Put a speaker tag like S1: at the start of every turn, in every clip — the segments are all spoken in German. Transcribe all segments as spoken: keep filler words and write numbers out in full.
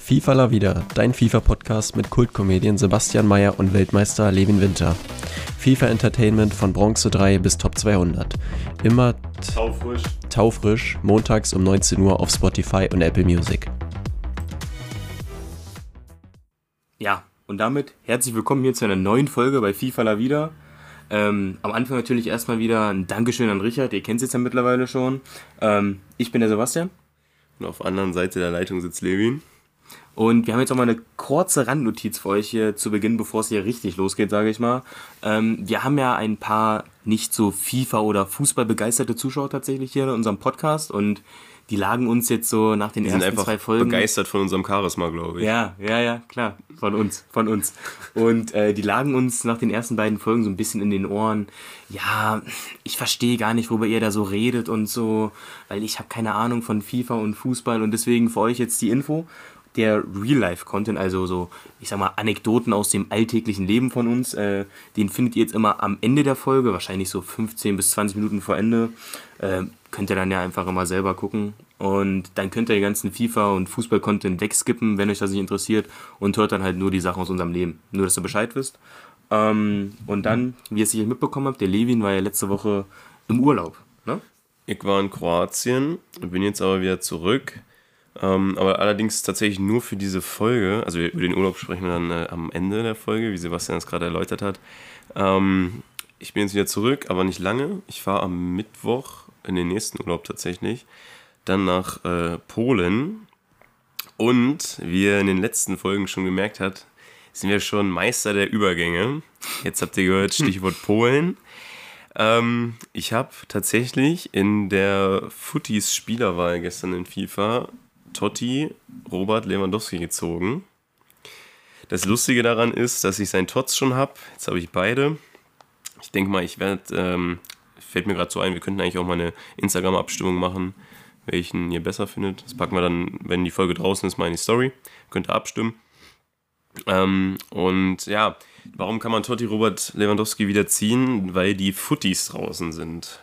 S1: FIFA La Vida, dein FIFA-Podcast mit Kultkomedien Sebastian Mayer und Weltmeister Levin Winter. FIFA-Entertainment von Bronze drei bis Top zweihundert. Immer t-
S2: taufrisch.
S1: taufrisch, montags um neunzehn Uhr auf Spotify und Apple Music.
S2: Ja, und damit herzlich willkommen hier zu einer neuen Folge bei FIFA La Vida. Ähm, am Anfang natürlich erstmal wieder ein Dankeschön an Richard, ihr kennt es jetzt ja mittlerweile schon. Ähm, ich bin der Sebastian.
S3: Und auf der anderen Seite der Leitung sitzt Levin.
S2: Und wir haben jetzt auch mal eine kurze Randnotiz für euch hier zu Beginn, bevor es hier richtig losgeht, sage ich mal. Ähm, wir haben ja ein paar nicht so FIFA- oder Fußball begeisterte Zuschauer tatsächlich hier in unserem Podcast und die lagen uns jetzt so nach den
S3: Die
S2: ersten
S3: sind einfach
S2: zwei Folgen...
S3: begeistert von unserem Charisma, glaube ich.
S2: Ja, ja, ja, klar, von uns, von uns. Und äh, die lagen uns nach den ersten beiden Folgen so ein bisschen in den Ohren. Ja, ich verstehe gar nicht, worüber ihr da so redet und so, weil ich habe keine Ahnung von FIFA und Fußball und deswegen für euch jetzt die Info. Der Real-Life-Content, also so, ich sag mal, Anekdoten aus dem alltäglichen Leben von uns, äh, den findet ihr jetzt immer am Ende der Folge, wahrscheinlich so fünfzehn bis zwanzig Minuten vor Ende. Äh, könnt ihr dann ja einfach immer selber gucken. Und dann könnt ihr den ganzen FIFA- und Fußball-Content wegskippen, wenn euch das nicht interessiert, und hört dann halt nur die Sachen aus unserem Leben. Nur, dass ihr Bescheid wisst. Ähm, und dann, wie ihr es sicher mitbekommen habt, der Levin war ja letzte Woche im Urlaub, ne?
S3: Ich war in Kroatien, bin jetzt aber wieder zurück. Ähm, aber allerdings tatsächlich nur für diese Folge, also über den Urlaub sprechen wir dann äh, am Ende der Folge, wie Sebastian das gerade erläutert hat. Ähm, ich bin jetzt wieder zurück, aber nicht lange. Ich fahre am Mittwoch in den nächsten Urlaub tatsächlich, dann nach äh, Polen. Und wie ihr in den letzten Folgen schon gemerkt habt, sind wir schon Meister der Übergänge. Jetzt habt ihr gehört, Stichwort Polen. Ähm, ich habe tatsächlich in der Futtis Spielerwahl gestern in FIFA Totti Robert Lewandowski gezogen. Das Lustige daran ist, dass ich seinen Tots schon habe. Jetzt habe ich beide. Ich denke mal, ich werde, ähm, fällt mir gerade so ein, wir könnten eigentlich auch mal eine Instagram-Abstimmung machen, welchen ihr besser findet. Das packen wir dann, wenn die Folge draußen ist, mal in die Story. Könnt ihr abstimmen. Ähm, und ja, warum kann man Totti Robert Lewandowski wieder ziehen? Weil die Futtis draußen sind.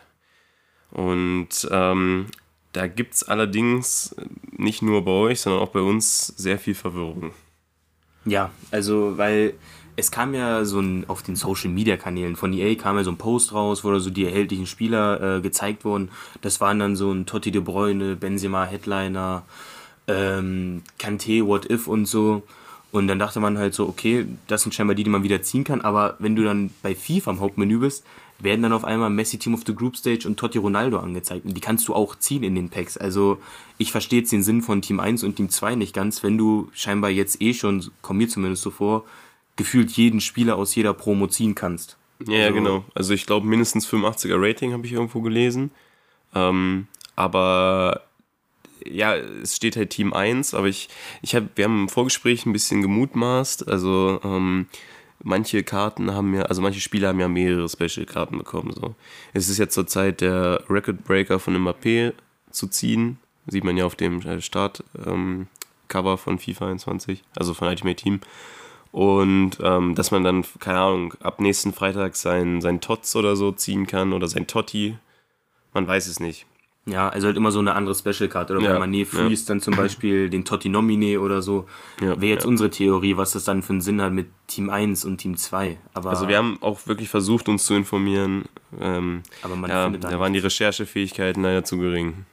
S3: Und ähm, da gibt es allerdings nicht nur bei euch, sondern auch bei uns sehr viel Verwirrung.
S2: Ja, also, weil es kam ja so ein, auf den Social-Media-Kanälen von E A kam ja so ein Post raus, wo da so die erhältlichen Spieler äh, gezeigt wurden. Das waren dann so ein Totti De Bruyne, Benzema, Headliner, ähm, Kanté, What If und so. Und dann dachte man halt so, okay, das sind scheinbar die, die man wieder ziehen kann. Aber wenn du dann bei FIFA im Hauptmenü bist, werden dann auf einmal Messi Team of the Group Stage und Totti Ronaldo angezeigt. Und die kannst du auch ziehen in den Packs. Also ich verstehe jetzt den Sinn von Team eins und Team zwei nicht ganz, wenn du scheinbar jetzt eh schon, kommt mir zumindest so vor, gefühlt jeden Spieler aus jeder Promo ziehen kannst.
S3: Ja, ja, genau. Also ich glaube mindestens fünfundachtziger Rating habe ich irgendwo gelesen. Ähm, aber ja, es steht halt Team eins, aber ich, ich hab, wir haben im Vorgespräch ein bisschen gemutmaßt. Also ähm, manche Karten haben ja, also manche Spieler haben ja mehrere Special-Karten bekommen. So. Es ist jetzt zur Zeit der Record Breaker von Mbappé zu ziehen. Sieht man ja auf dem Start-Cover ähm, von FIFA einundzwanzig, also von Ultimate Team. Und ähm, dass man dann, keine Ahnung, ab nächsten Freitag sein, sein Tots oder so ziehen kann oder sein Totti. Man weiß es nicht.
S2: Ja, also halt immer so eine andere Special-Card. Oder
S3: Ja,
S2: wenn Mané freeze, ja. Dann zum Beispiel den Totti Nomine oder so.
S3: Ja,
S2: wäre jetzt
S3: ja.
S2: unsere Theorie, was das dann für einen Sinn hat mit Team eins und Team zwei. Aber
S3: Also wir haben auch wirklich versucht, uns zu informieren. Ähm,
S2: aber man
S3: ja,
S2: findet da
S3: da waren die Recherchefähigkeiten leider zu gering.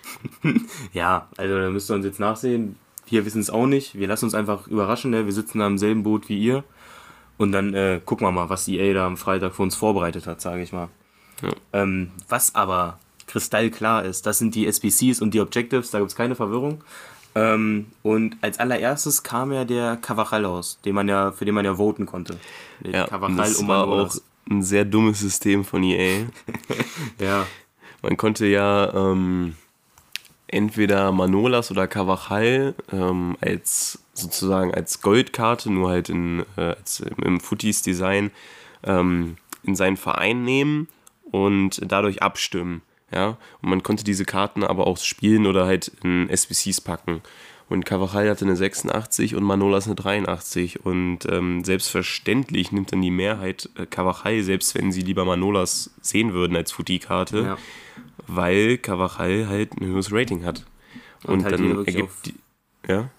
S2: Ja, also da müsst ihr uns jetzt nachsehen. Wir wissen es auch nicht. Wir lassen uns einfach überraschen. Ne? Wir sitzen da im selben Boot wie ihr. Und dann äh, gucken wir mal, was die E A da am Freitag für uns vorbereitet hat, sage ich mal.
S3: Ja.
S2: Ähm, was aber kristallklar ist, das sind die S B Cs und die Objectives. Da gibt es keine Verwirrung. Ähm, und als allererstes kam ja der Cavachal aus, den man ja, für den man ja voten konnte. Den
S3: Ja,
S2: Cavachal
S3: das
S2: um
S3: war auch
S2: Manolas.
S3: ein sehr dummes System von E A.
S2: Ja.
S3: Man konnte ja ähm, entweder Manolas oder Cavachal ähm, als sozusagen als Goldkarte, nur halt in, äh, als, im Futtis-Design, ähm, in seinen Verein nehmen und dadurch abstimmen. Ja? Und man konnte diese Karten aber auch spielen oder halt in S B Cs packen. Und Cavachal hatte eine sechsundachtzig und Manolas eine dreiundachtzig. Und ähm, selbstverständlich nimmt dann die Mehrheit äh, Cavachal, selbst wenn sie lieber Manolas sehen würden als Futti-Karte, ja. Weil Cavachal halt ein höheres Rating hat. Und,
S2: und halt
S3: dann
S2: ergibt
S3: die, ja?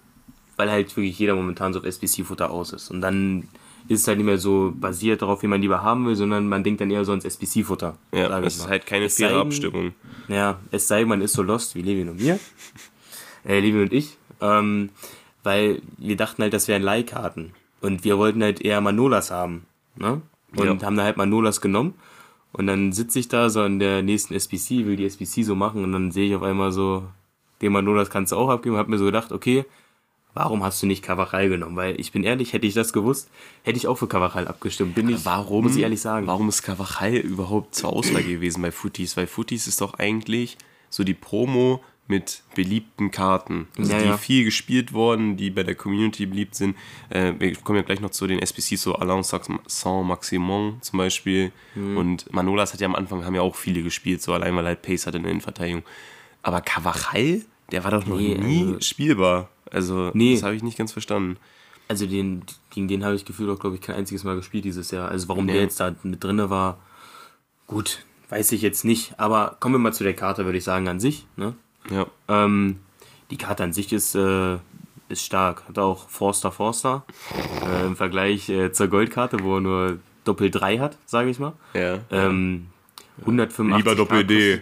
S2: weil halt wirklich jeder momentan so auf S B C-Futter aus ist. Und dann ist es halt nicht mehr so basiert darauf, wie man lieber haben will, sondern man denkt dann eher so ans S B C-Futter.
S3: Ja, es ist halt keine faire Abstimmung.
S2: Ja, es sei denn, man ist so lost wie Levin und mir. Äh, Levin und ich. Ähm, weil wir dachten halt, das wären Leihkarten. Und wir wollten halt eher Manolas haben. Ne? Und ja. haben da halt Manolas genommen. Und dann sitze ich da so an der nächsten S B C, will die S B C so machen. Und dann sehe ich auf einmal so, den Manolas kannst du auch abgeben. Und hab mir so gedacht, okay, warum hast du nicht Cavachal genommen? Weil ich bin ehrlich, hätte ich das gewusst, hätte ich auch für Cavachal abgestimmt. Bin ich,
S3: warum,
S2: muss ich ehrlich sagen.
S3: Warum ist Cavachal überhaupt zur Auswahl gewesen bei Footies? Weil Footies ist doch eigentlich so die Promo mit beliebten Karten, also
S2: ja,
S3: die
S2: ja.
S3: viel gespielt wurden, die bei der Community beliebt sind. Äh, wir kommen ja gleich noch zu den S B Cs, so Alain Saint-Maximin zum Beispiel. Mhm. Und Manolas hat ja am Anfang, haben ja auch viele gespielt, so allein weil halt Pace hatte in der Innenverteidigung. Aber Cavachal, der war doch noch nee, nie also, spielbar. Also nee. Das habe ich nicht ganz verstanden.
S2: Also den, gegen den habe ich gefühlt auch, glaube ich, kein einziges Mal gespielt dieses Jahr. Also warum nee. der jetzt da mit drin war, gut, weiß ich jetzt nicht. Aber kommen wir mal zu der Karte, würde ich sagen, an sich, ne?
S3: Ja.
S2: Ähm, die Karte an sich ist, äh, ist stark. Hat auch Forster Forster äh, im Vergleich äh, zur Goldkarte, wo er nur Doppel drei hat, sage ich mal.
S3: Ja.
S2: Ähm, hundertfünfundachtzig
S3: Lieber Doppel D.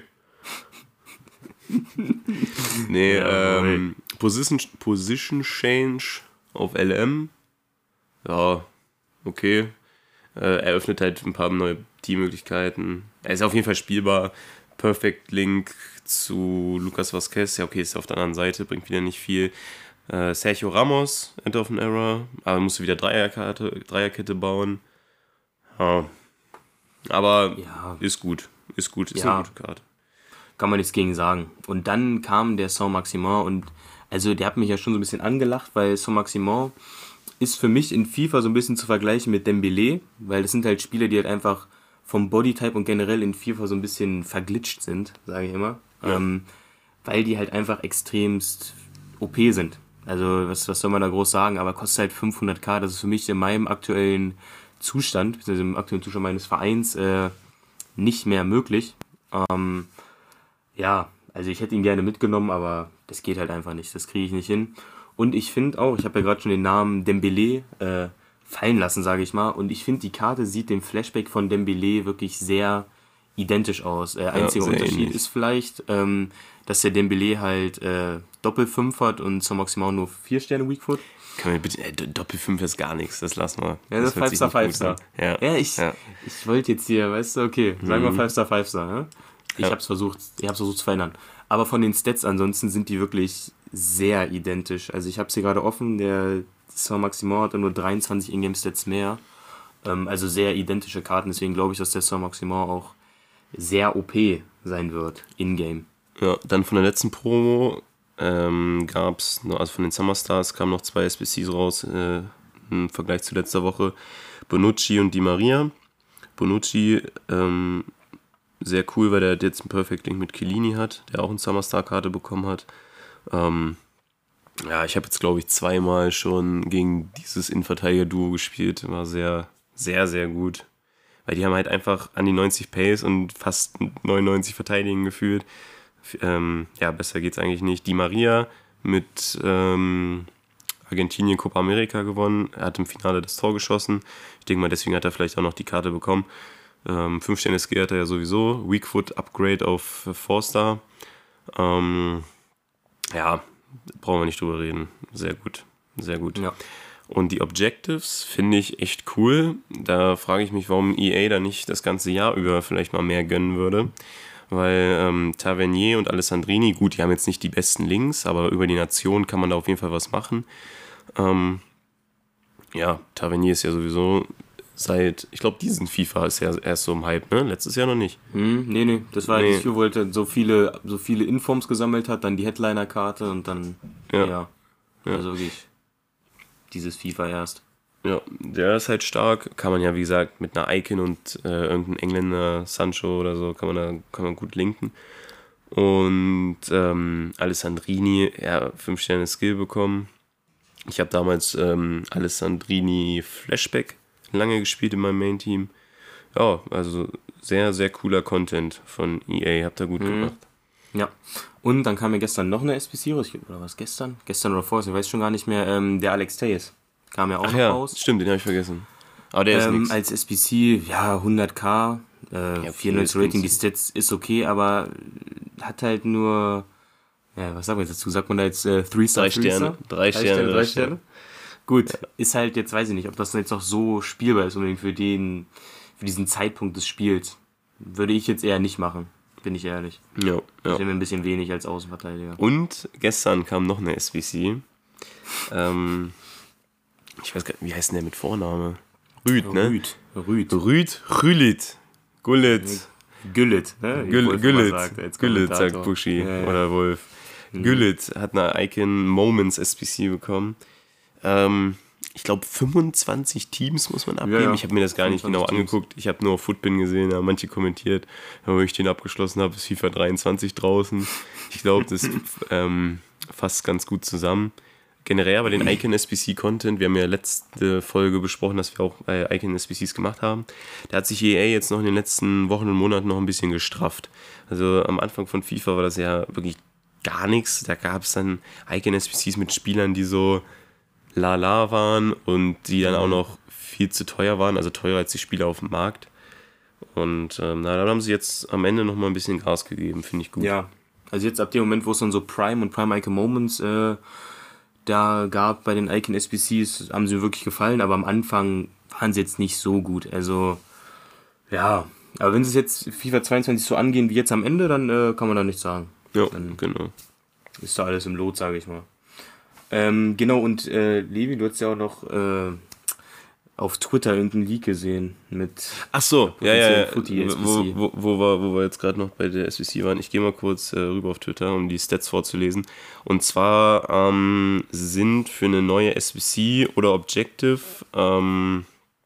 S3: nee, ja, ähm, Position, Position Change auf L M. Ja, okay. Äh, eröffnet halt ein paar neue Teammöglichkeiten. Er ist auf jeden Fall spielbar. Perfect Link zu Lucas Vazquez, ja okay, ist auf der anderen Seite, bringt wieder nicht viel. Äh, Sergio Ramos, End of an Era, aber musst du wieder Dreierkarte, Dreierkette bauen. Ja. Aber ja. ist gut, ist gut, ist ja. eine gute Karte.
S2: Kann man nichts gegen sagen. Und dann kam der Saint-Maximin und also der hat mich ja schon so ein bisschen angelacht, weil Saint-Maximin ist für mich in FIFA so ein bisschen zu vergleichen mit Dembélé, weil das sind halt Spieler, die halt einfach vom Bodytype und generell in FIFA so ein bisschen verglitscht sind, sage ich immer. Ja. Ähm, weil die halt einfach extremst O P sind. Also was, was soll man da groß sagen, aber kostet halt fünfhunderttausend. Das ist für mich in meinem aktuellen Zustand, beziehungsweise im aktuellen Zustand meines Vereins, äh, nicht mehr möglich. Ähm, ja, also ich hätte ihn gerne mitgenommen, aber das geht halt einfach nicht. Das kriege ich nicht hin. Und ich finde auch, ich habe ja gerade schon den Namen Dembélé äh, fallen lassen, sage ich mal. Und ich finde, die Karte sieht dem Flashback von Dembélé wirklich sehr identisch aus. Äh, einziger ja, Unterschied ähnlich. Ist vielleicht, ähm, dass der Dembélé halt äh, Doppel fünf hat und zum Maximal nur vier Sterne Weakfoot.
S3: Kann man bitte, äh, Doppel fünf ist gar nichts, das lassen wir.
S2: Ja, das, das ist Five-Star, Five-Star.
S3: Ja,
S2: ja, ich, ja. ich wollte jetzt hier, weißt du, okay, sagen wir mhm. Five-Star, Five-Star. Ne? Ich ja. hab's versucht, ich hab's versucht zu verändern. Aber von den Stats ansonsten sind die wirklich sehr identisch. Also ich hab's hier gerade offen, der Saint-Maximin hat nur dreiundzwanzig Ingame-Stats mehr. Ähm, also sehr identische Karten, deswegen glaube ich, dass der Saint-Maximin auch sehr O P sein wird, in-game.
S3: Ja, dann von der letzten Promo ähm, gab es, also von den Summer Stars kamen noch zwei S B Cs raus, äh, im Vergleich zu letzter Woche, Bonucci und Di Maria. Bonucci, ähm, sehr cool, weil der jetzt einen Perfect Link mit Chiellini hat, der auch eine Summer Star Karte bekommen hat. Ähm, ja, ich habe jetzt, glaube ich, zweimal schon gegen dieses Innenverteidiger-Duo gespielt, war sehr, sehr, sehr gut. Weil die haben halt einfach an die neunzig Pace und fast neunundneunzig Verteidigen gefühlt. Ähm, ja, besser geht's eigentlich nicht. Di Maria mit ähm, Argentinien Copa America gewonnen. Er hat im Finale das Tor geschossen. Ich denke mal, deswegen hat er vielleicht auch noch die Karte bekommen. Ähm, fünf Sterne Skill hat er ja sowieso. Weakfoot Upgrade auf Four-Star. Ähm, ja, brauchen wir nicht drüber reden. Sehr gut. Sehr gut. Ja. Und die Objectives finde ich echt cool. Da frage ich mich, warum E A da nicht das ganze Jahr über vielleicht mal mehr gönnen würde. Weil ähm, Tavernier und Alessandrini, gut, die haben jetzt nicht die besten Links, aber über die Nation kann man da auf jeden Fall was machen. Ähm, ja, Tavernier ist ja sowieso seit, ich glaube, diesen FIFA ist ja erst so im Hype, ne? Letztes Jahr noch nicht.
S2: Hm, nee, nee, das war nee. das Spiel, wo er so viele, so viele Informs gesammelt hat, dann die Headliner-Karte und dann, ja, ja. ja. also wirklich dieses FIFA erst.
S3: Ja, der ist halt stark, kann man ja wie gesagt mit einer Icon und äh, irgendeinem Engländer, Sancho oder so, kann man da kann man gut linken. Und ähm, Alessandrini, ja, fünf Sterne Skill bekommen. Ich habe damals ähm, Alessandrini Flashback lange gespielt in meinem Main-Team. Ja, also sehr, sehr cooler Content von E A, habt ihr gut mhm. gemacht.
S2: Ja. Und dann kam ja gestern noch eine S B C raus, oder was, gestern? Gestern oder vorgestern, ich weiß schon gar nicht mehr, ähm, der Alex Tejes kam ja auch
S3: Ach
S2: noch
S3: ja,
S2: raus.
S3: stimmt, den habe ich vergessen. Aber der
S2: ähm,
S3: ist nix.
S2: Als S B C, ja, hundert K, äh,
S3: Ja, okay,
S2: vierundneunzig
S3: ist
S2: Rating, die
S3: günstig.
S2: Stats ist okay, aber hat halt nur, ja, was sagt man jetzt dazu? Sagt man da jetzt äh, drei Star,
S3: Drei Sterne, drei Sterne,
S2: drei Sterne? Gut, ist halt, jetzt weiß ich nicht, ob das jetzt noch so spielbar ist unbedingt für den, für diesen Zeitpunkt des Spiels. Würde ich jetzt eher nicht machen, bin ich ehrlich.
S3: Ja, ja.
S2: Ich bin mir ein bisschen wenig als Außenverteidiger.
S3: Und gestern kam noch eine S B C. Ähm, ich weiß gar nicht, wie heißt denn der mit Vorname? Rüd, ne?
S2: Rüd. Rüd.
S3: Rüd, Rülit, Gullit,
S2: Güllit, ne? Wie
S3: Güll-
S2: Wolf
S3: Güllit,
S2: immer sagt, als
S3: Güllit,
S2: Kommentator.
S3: sagt Buschi
S2: Ja, ja.
S3: oder Wolf. Güllit hat eine Icon Moments S B C bekommen. Ähm, ich glaube fünfundzwanzig Teams muss man abgeben.
S2: Ja, ja.
S3: Ich habe mir das gar nicht genau
S2: fünfundzwanzig
S3: angeguckt. Ich habe nur auf Footbin gesehen, da manche kommentiert. Aber wenn ich den abgeschlossen habe, ist FIFA dreiundzwanzig draußen. Ich glaube, das ähm, fasst ganz gut zusammen. Generell aber den Icon S B C Content, wir haben ja letzte Folge besprochen, dass wir auch äh, Icon S B Cs gemacht haben. Da hat sich E A jetzt noch in den letzten Wochen und Monaten noch ein bisschen gestrafft. Also am Anfang von FIFA war das ja wirklich gar nichts. Da gab es dann Icon S B Cs mit Spielern, die so lala waren und die dann auch noch viel zu teuer waren, also teurer als die Spieler auf dem Markt. Und ähm, na, dann haben sie jetzt am Ende nochmal ein bisschen Gas gegeben, finde ich gut.
S2: Ja, also jetzt ab dem Moment, wo es dann so Prime und Prime Icon Moments äh, da gab bei den Icon S B Cs, haben sie mir wirklich gefallen, aber am Anfang waren sie jetzt nicht so gut. Also, ja, aber wenn sie es jetzt FIFA zweiundzwanzig so angehen wie jetzt am Ende, dann äh, kann man da nichts sagen.
S3: Ja,
S2: Dann
S3: genau.
S2: ist da alles im Lot, sage ich mal. Ähm, genau, und äh, Levi, du hast ja auch noch äh, auf Twitter irgendeinen Leak gesehen mit...
S3: Ach so, ja, ja, ja.
S2: Footy S B C.
S3: Wo, wo, wo, wir, wo wir jetzt gerade noch bei der S B C waren. Ich gehe mal kurz äh, rüber auf Twitter, um die Stats vorzulesen. Und zwar ähm, sind für eine neue S B C oder Objective ähm,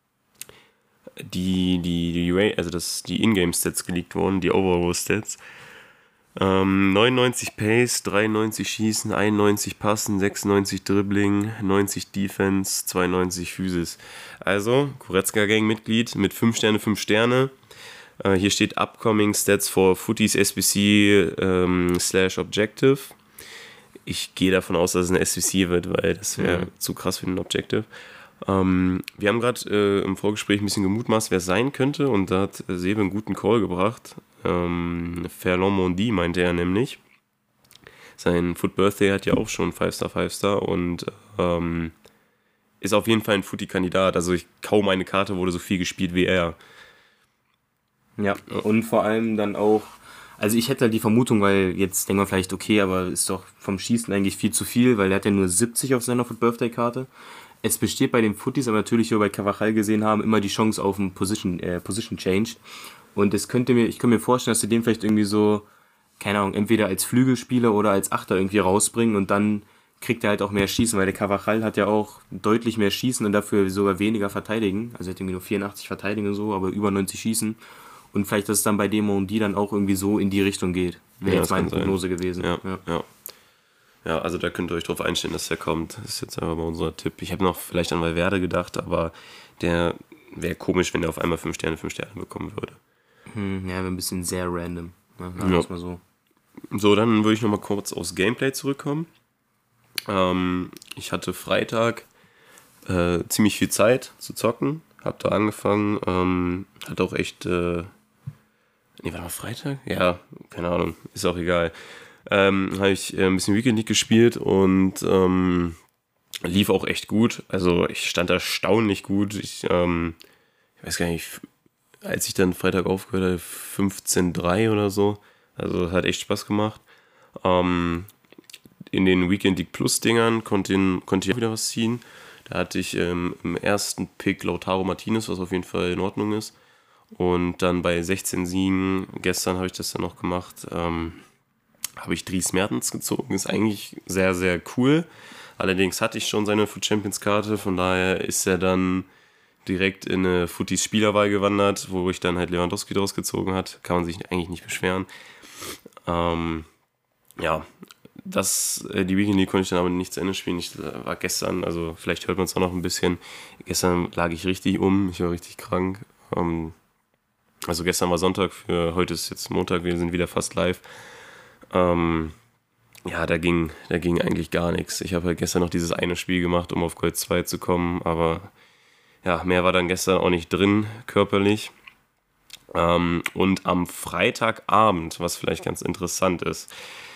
S3: die, die, die, also das, die Ingame-Stats geleakt worden, die Overall-Stats. Ähm, neunundneunzig Pace, dreiundneunzig Schießen, einundneunzig Passen, sechsundneunzig Dribbling, neunzig Defense, zweiundneunzig Physis. Also, Goretzka-Gang-Mitglied mit fünf Sterne, fünf Sterne. Äh, hier steht Upcoming Stats for Footies S B C ähm, slash Objective. Ich gehe davon aus, dass es eine S B C wird, weil das wäre mhm. zu krass für einen Objective. Ähm, wir haben gerade äh, im Vorgespräch ein bisschen gemutmaßt, wer es sein könnte, und da hat äh, Sebe einen guten Call gebracht. Ähm, Ferland Mondi meinte er nämlich. Sein Foot Birthday hat ja auch schon fünf Star, fünf Star und ähm, ist auf jeden Fall ein Footy-Kandidat. Also ich, kaum eine Karte wurde so viel gespielt wie er.
S2: Ja, und vor allem dann auch, also ich hätte halt die Vermutung, weil jetzt denken wir vielleicht, okay, aber ist doch vom Schießen eigentlich viel zu viel, weil er hat ja nur siebzig auf seiner Foot Birthday-Karte. Es besteht bei den Footies, aber natürlich, wie wir bei Carvajal gesehen haben, immer die Chance auf einen Position, äh, Position Change. Und es könnte mir, ich könnte mir vorstellen, dass sie den vielleicht irgendwie so, keine Ahnung, entweder als Flügelspieler oder als Achter irgendwie rausbringen und dann kriegt er halt auch mehr Schießen, weil der Carvajal hat ja auch deutlich mehr Schießen und dafür sogar weniger verteidigen. Also er hat irgendwie nur vierundachtzig verteidigen und so, aber über neunzig Schießen. Und vielleicht, dass es dann bei dem und die dann auch irgendwie so in die Richtung geht. Wäre
S3: Ja,
S2: jetzt meine
S3: kann sein.
S2: Prognose gewesen.
S3: Ja,
S2: Ja.
S3: ja. Ja, also da könnt ihr euch drauf einstellen, dass der kommt. Das ist jetzt einfach mal unser Tipp. Ich habe noch vielleicht an Valverde gedacht, aber der wäre komisch, wenn der auf einmal fünf Sterne, fünf Sterne bekommen würde.
S2: Hm, ja, wäre ein bisschen sehr random. Ne? Sagen
S3: Ja.
S2: wir's mal so.
S3: So, dann würde ich nochmal kurz aufs Gameplay zurückkommen. Ähm, ich hatte Freitag äh, ziemlich viel Zeit zu zocken. Hab da angefangen. Ähm, hat auch echt... Äh, nee, war noch Freitag? Ja, keine Ahnung. Ist auch egal. Ähm, habe ich äh, ein bisschen Weekend League gespielt und ähm, lief auch echt gut. Also ich stand erstaunlich gut. Ich, ähm, ich weiß gar nicht, als ich dann Freitag aufgehört habe, fünfzehn drei oder so. Also hat echt Spaß gemacht. Ähm, in den Weekend League Plus Dingern konnte, konnte ich auch wieder was ziehen. Da hatte ich ähm, im ersten Pick Lautaro Martinez, was auf jeden Fall in Ordnung ist. Und dann bei sechzehn Siegen, gestern habe ich das dann noch gemacht, ähm, habe ich Dries Mertens gezogen. Ist eigentlich sehr, sehr cool. Allerdings hatte ich schon seine Foot Champions Karte, von daher ist er dann direkt in eine Footies Spielerwahl gewandert, wo ich dann halt Lewandowski draus gezogen hat. Kann man sich eigentlich nicht beschweren. Ähm, ja, das, äh, die Weekend League konnte ich dann aber nicht zu Ende spielen. Ich äh, war gestern, also vielleicht hört man es auch noch ein bisschen, gestern lag ich richtig um, ich war richtig krank. Ähm, also gestern war Sonntag, für heute ist jetzt Montag, wir sind wieder fast live. Ähm, ja, da ging, da ging eigentlich gar nichts. Ich habe halt gestern noch dieses eine Spiel gemacht, um auf Gold zwei zu kommen, aber ja, mehr war dann gestern auch nicht drin, körperlich. Ähm, und am Freitagabend, was vielleicht ganz interessant ist,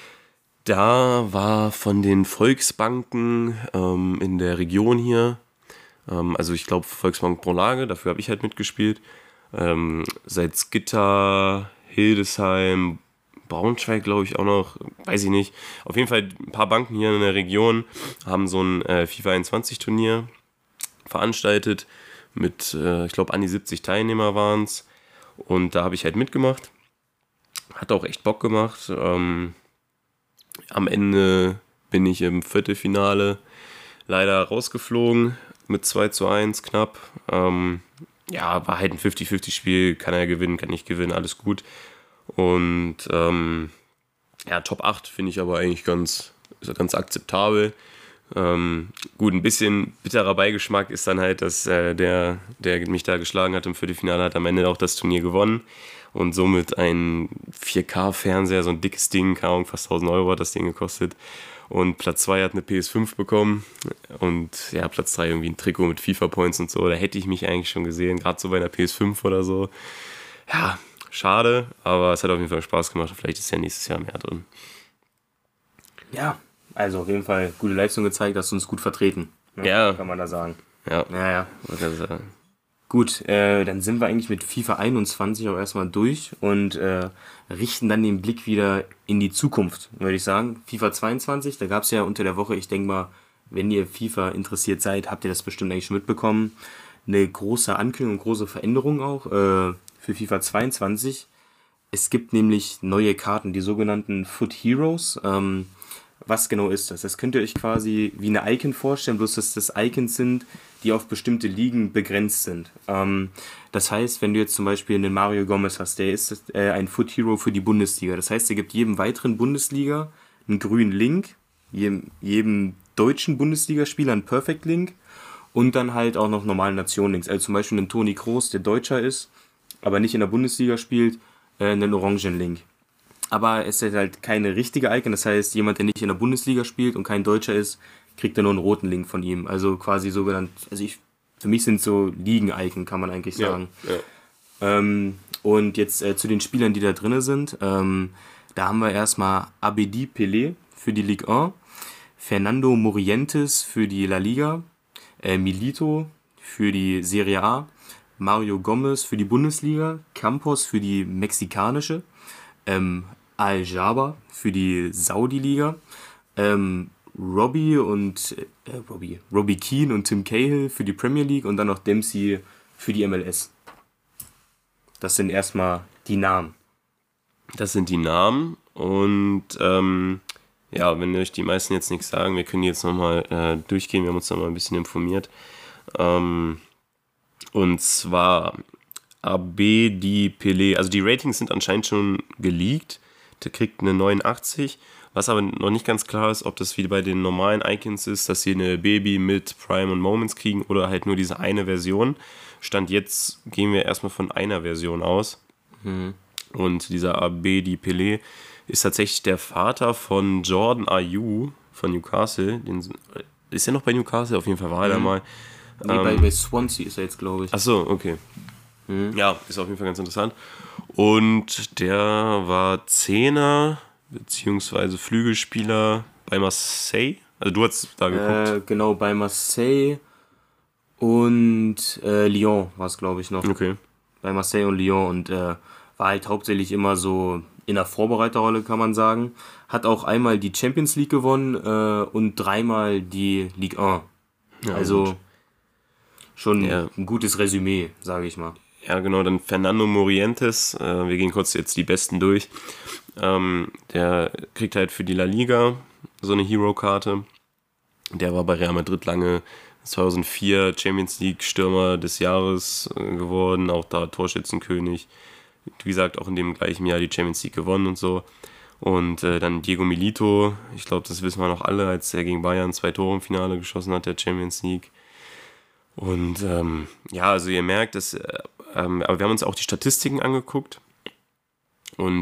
S3: da war von den Volksbanken ähm, in der Region hier, ähm, also ich glaube Volksbank Brolage, dafür habe ich halt mitgespielt, ähm, Salzgitter, Hildesheim, Braunschweig glaube ich auch noch, weiß ich nicht. Auf jeden Fall ein paar Banken hier in der Region haben so ein äh, FIFA einundzwanzig Turnier veranstaltet mit, äh, ich glaube an die siebzig Teilnehmer waren es, und da habe ich halt mitgemacht. Hat auch echt Bock gemacht. Ähm, am Ende bin ich im Viertelfinale leider rausgeflogen mit zwei zu eins knapp. Ähm, ja, war halt ein fünfzig fünfzig Spiel, kann er gewinnen, kann ich gewinnen, alles gut. Und ähm, ja, Top acht finde ich aber eigentlich ganz, ganz akzeptabel. Ähm, gut, ein bisschen bitterer Beigeschmack ist dann halt, dass äh, der, der mich da geschlagen hat im Viertelfinale, hat am Ende auch das Turnier gewonnen und somit ein vier K-Fernseher, so ein dickes Ding, keine Ahnung, fast tausend Euro hat das Ding gekostet. Und Platz zwei hat eine P S fünf bekommen und ja, Platz drei irgendwie ein Trikot mit FIFA-Points und so. Da hätte ich mich eigentlich schon gesehen, gerade so bei einer P S fünf oder so. Ja, schade, aber es hat auf jeden Fall Spaß gemacht. Vielleicht ist ja nächstes Jahr mehr drin.
S2: Ja, also auf jeden Fall gute Leistung gezeigt, hast du uns gut vertreten. Ne?
S3: Ja.
S2: Kann man da sagen.
S3: Ja,
S2: Ja, ja.
S3: was kann ich sagen?
S2: Gut, äh, dann sind wir eigentlich mit FIFA einundzwanzig auch erstmal durch und äh, richten dann den Blick wieder in die Zukunft, würde ich sagen. FIFA zweiundzwanzig, da gab es ja unter der Woche, ich denke mal, wenn ihr FIFA interessiert seid, habt ihr das bestimmt eigentlich schon mitbekommen, eine große Ankündigung, große Veränderung auch äh, für FIFA zweiundzwanzig. Es gibt nämlich neue Karten, die sogenannten Foot Heroes. Ähm, was genau ist das? Das könnt ihr euch quasi wie eine Icon vorstellen, bloß dass das Icons sind, die auf bestimmte Ligen begrenzt sind. Ähm, das heißt, wenn du jetzt zum Beispiel einen Mario Gomez hast, der ist äh, ein Foot Hero für die Bundesliga. Das heißt, er gibt jedem weiteren Bundesliga einen grünen Link, jedem, jedem deutschen Bundesligaspieler einen Perfect Link und dann halt auch noch normalen Nationen-Links. Also zum Beispiel einen Toni Kroos, der Deutscher ist, aber nicht in der Bundesliga spielt, äh, einen orangen Link. Aber es ist halt keine richtige Icon, das heißt, jemand, der nicht in der Bundesliga spielt und kein Deutscher ist, kriegt dann nur einen roten Link von ihm. Also quasi sogenannt, also ich, für mich sind so Ligen-Icon, kann man eigentlich sagen.
S3: Ja, ja.
S2: Ähm, und jetzt äh, zu den Spielern, die da drin sind. Ähm, da haben wir erstmal Abedi Pelé für die Ligue eins, Fernando Morientes für die La Liga, äh, Milito für die Serie A, Mario Gomez für die Bundesliga, Campos für die mexikanische, ähm, Al-Jaba für die Saudi-Liga, ähm, Robbie und äh, Robbie, Robbie Keane und Tim Cahill für die Premier League und dann noch Dempsey für die M L S. Das sind erstmal die Namen.
S3: Das sind die Namen und ähm, ja, wenn euch die meisten jetzt nichts sagen, wir können die jetzt nochmal äh, durchgehen, wir haben uns nochmal ein bisschen informiert. Ähm, und zwar Abedi Pelé, also die Ratings sind anscheinend schon geleakt, der kriegt eine neunundachtzig, was aber noch nicht ganz klar ist, ob das wie bei den normalen Icons ist, dass sie eine Baby mit Prime und Moments kriegen oder halt nur diese eine Version. Stand jetzt gehen wir erstmal von einer Version aus.
S2: Mhm.
S3: Und dieser Abedi Pelé ist tatsächlich der Vater von Jordan Ayew von Newcastle. Den, ist er noch bei Newcastle? Auf jeden Fall war er da
S2: Mhm.
S3: mal.
S2: Nee,
S3: ähm,
S2: bei, bei Swansea ist er jetzt, glaube ich.
S3: Achso, okay.
S2: Mhm.
S3: Ja, ist auf jeden Fall ganz interessant. Und der war Zehner, beziehungsweise Flügelspieler bei Marseille. Also du hast da geguckt.
S2: Äh, genau, bei Marseille und äh, Lyon war es, glaube ich, noch.
S3: Okay.
S2: Bei Marseille und Lyon und äh, war halt hauptsächlich immer so in der Vorbereiterrolle, kann man sagen. Hat auch einmal die Champions League gewonnen äh, und dreimal die Ligue eins.
S3: Ja,
S2: also
S3: gut.
S2: schon
S3: Ja.
S2: ein gutes Resümee, sage ich mal.
S3: Ja, genau, dann Fernando Morientes. Äh, wir gehen kurz jetzt die Besten durch. Ähm, der kriegt halt für die La Liga so eine Hero-Karte. Der war bei Real Madrid lange, zweitausendvier Champions League Stürmer des Jahres äh, geworden, auch da Torschützenkönig. Wie gesagt, auch in dem gleichen Jahr die Champions League gewonnen und so. Und äh, dann Diego Milito, ich glaube, das wissen wir noch alle, als er gegen Bayern zwei Tore im Finale geschossen hat, der Champions League. Und ähm, ja, also ihr merkt, dass, äh, ähm, aber wir haben uns auch die Statistiken angeguckt und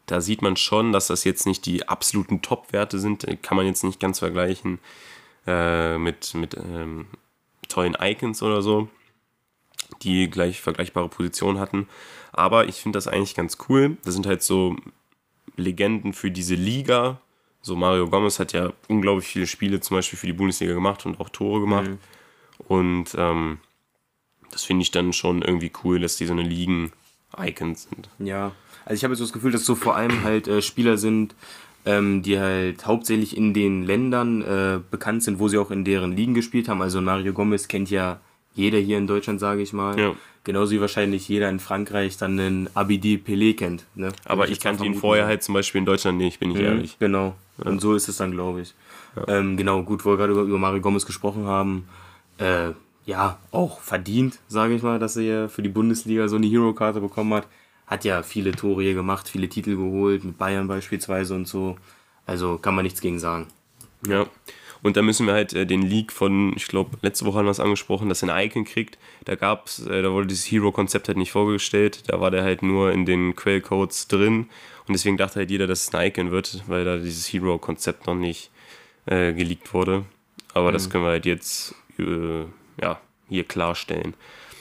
S3: da sieht man schon, dass das jetzt nicht die absoluten Top-Werte sind. Kann man jetzt nicht ganz vergleichen äh, mit, mit ähm, tollen Icons oder so, die gleich vergleichbare Positionen hatten. Aber ich finde das eigentlich ganz cool. Das sind halt so Legenden für diese Liga. So Mario Gomez hat ja unglaublich viele Spiele zum Beispiel für die Bundesliga gemacht und auch Tore gemacht. Mhm. Und ähm, das finde ich dann schon irgendwie cool, dass die so eine Ligen-Icons sind.
S2: Ja, also ich habe jetzt so das Gefühl, dass so vor allem halt äh, Spieler sind, ähm, die halt hauptsächlich in den Ländern äh, bekannt sind, wo sie auch in deren Ligen gespielt haben. Also Mario Gomez kennt ja jeder hier in Deutschland, sage ich mal. Ja. Genauso wie wahrscheinlich jeder in Frankreich dann den Abidi Pelé kennt. Ne?
S3: Aber ich, ich kannte ihn vorher halt zum Beispiel in Deutschland nicht, bin ich mhm, ehrlich.
S2: Genau, ja. Und so ist es dann, glaube ich. Ja. Ähm, genau, gut, wo wir gerade über, über Mario Gomez gesprochen haben, äh, ja, auch verdient, sage ich mal, dass er für die Bundesliga so eine Hero-Karte bekommen hat. Hat ja viele Tore hier gemacht, viele Titel geholt, mit Bayern beispielsweise und so. Also kann man nichts gegen sagen.
S3: Ja, und da müssen wir halt äh, den Leak von, ich glaube, letzte Woche haben wir es angesprochen, dass er ein Icon kriegt. Da gab's, äh, da wurde dieses Hero-Konzept halt nicht vorgestellt. Da war der halt nur in den Quellcodes drin. Und deswegen dachte halt jeder, dass es ein Icon wird, weil da dieses Hero-Konzept noch nicht äh, geleakt wurde. Aber mhm. das können wir halt jetzt äh, ja, hier klarstellen.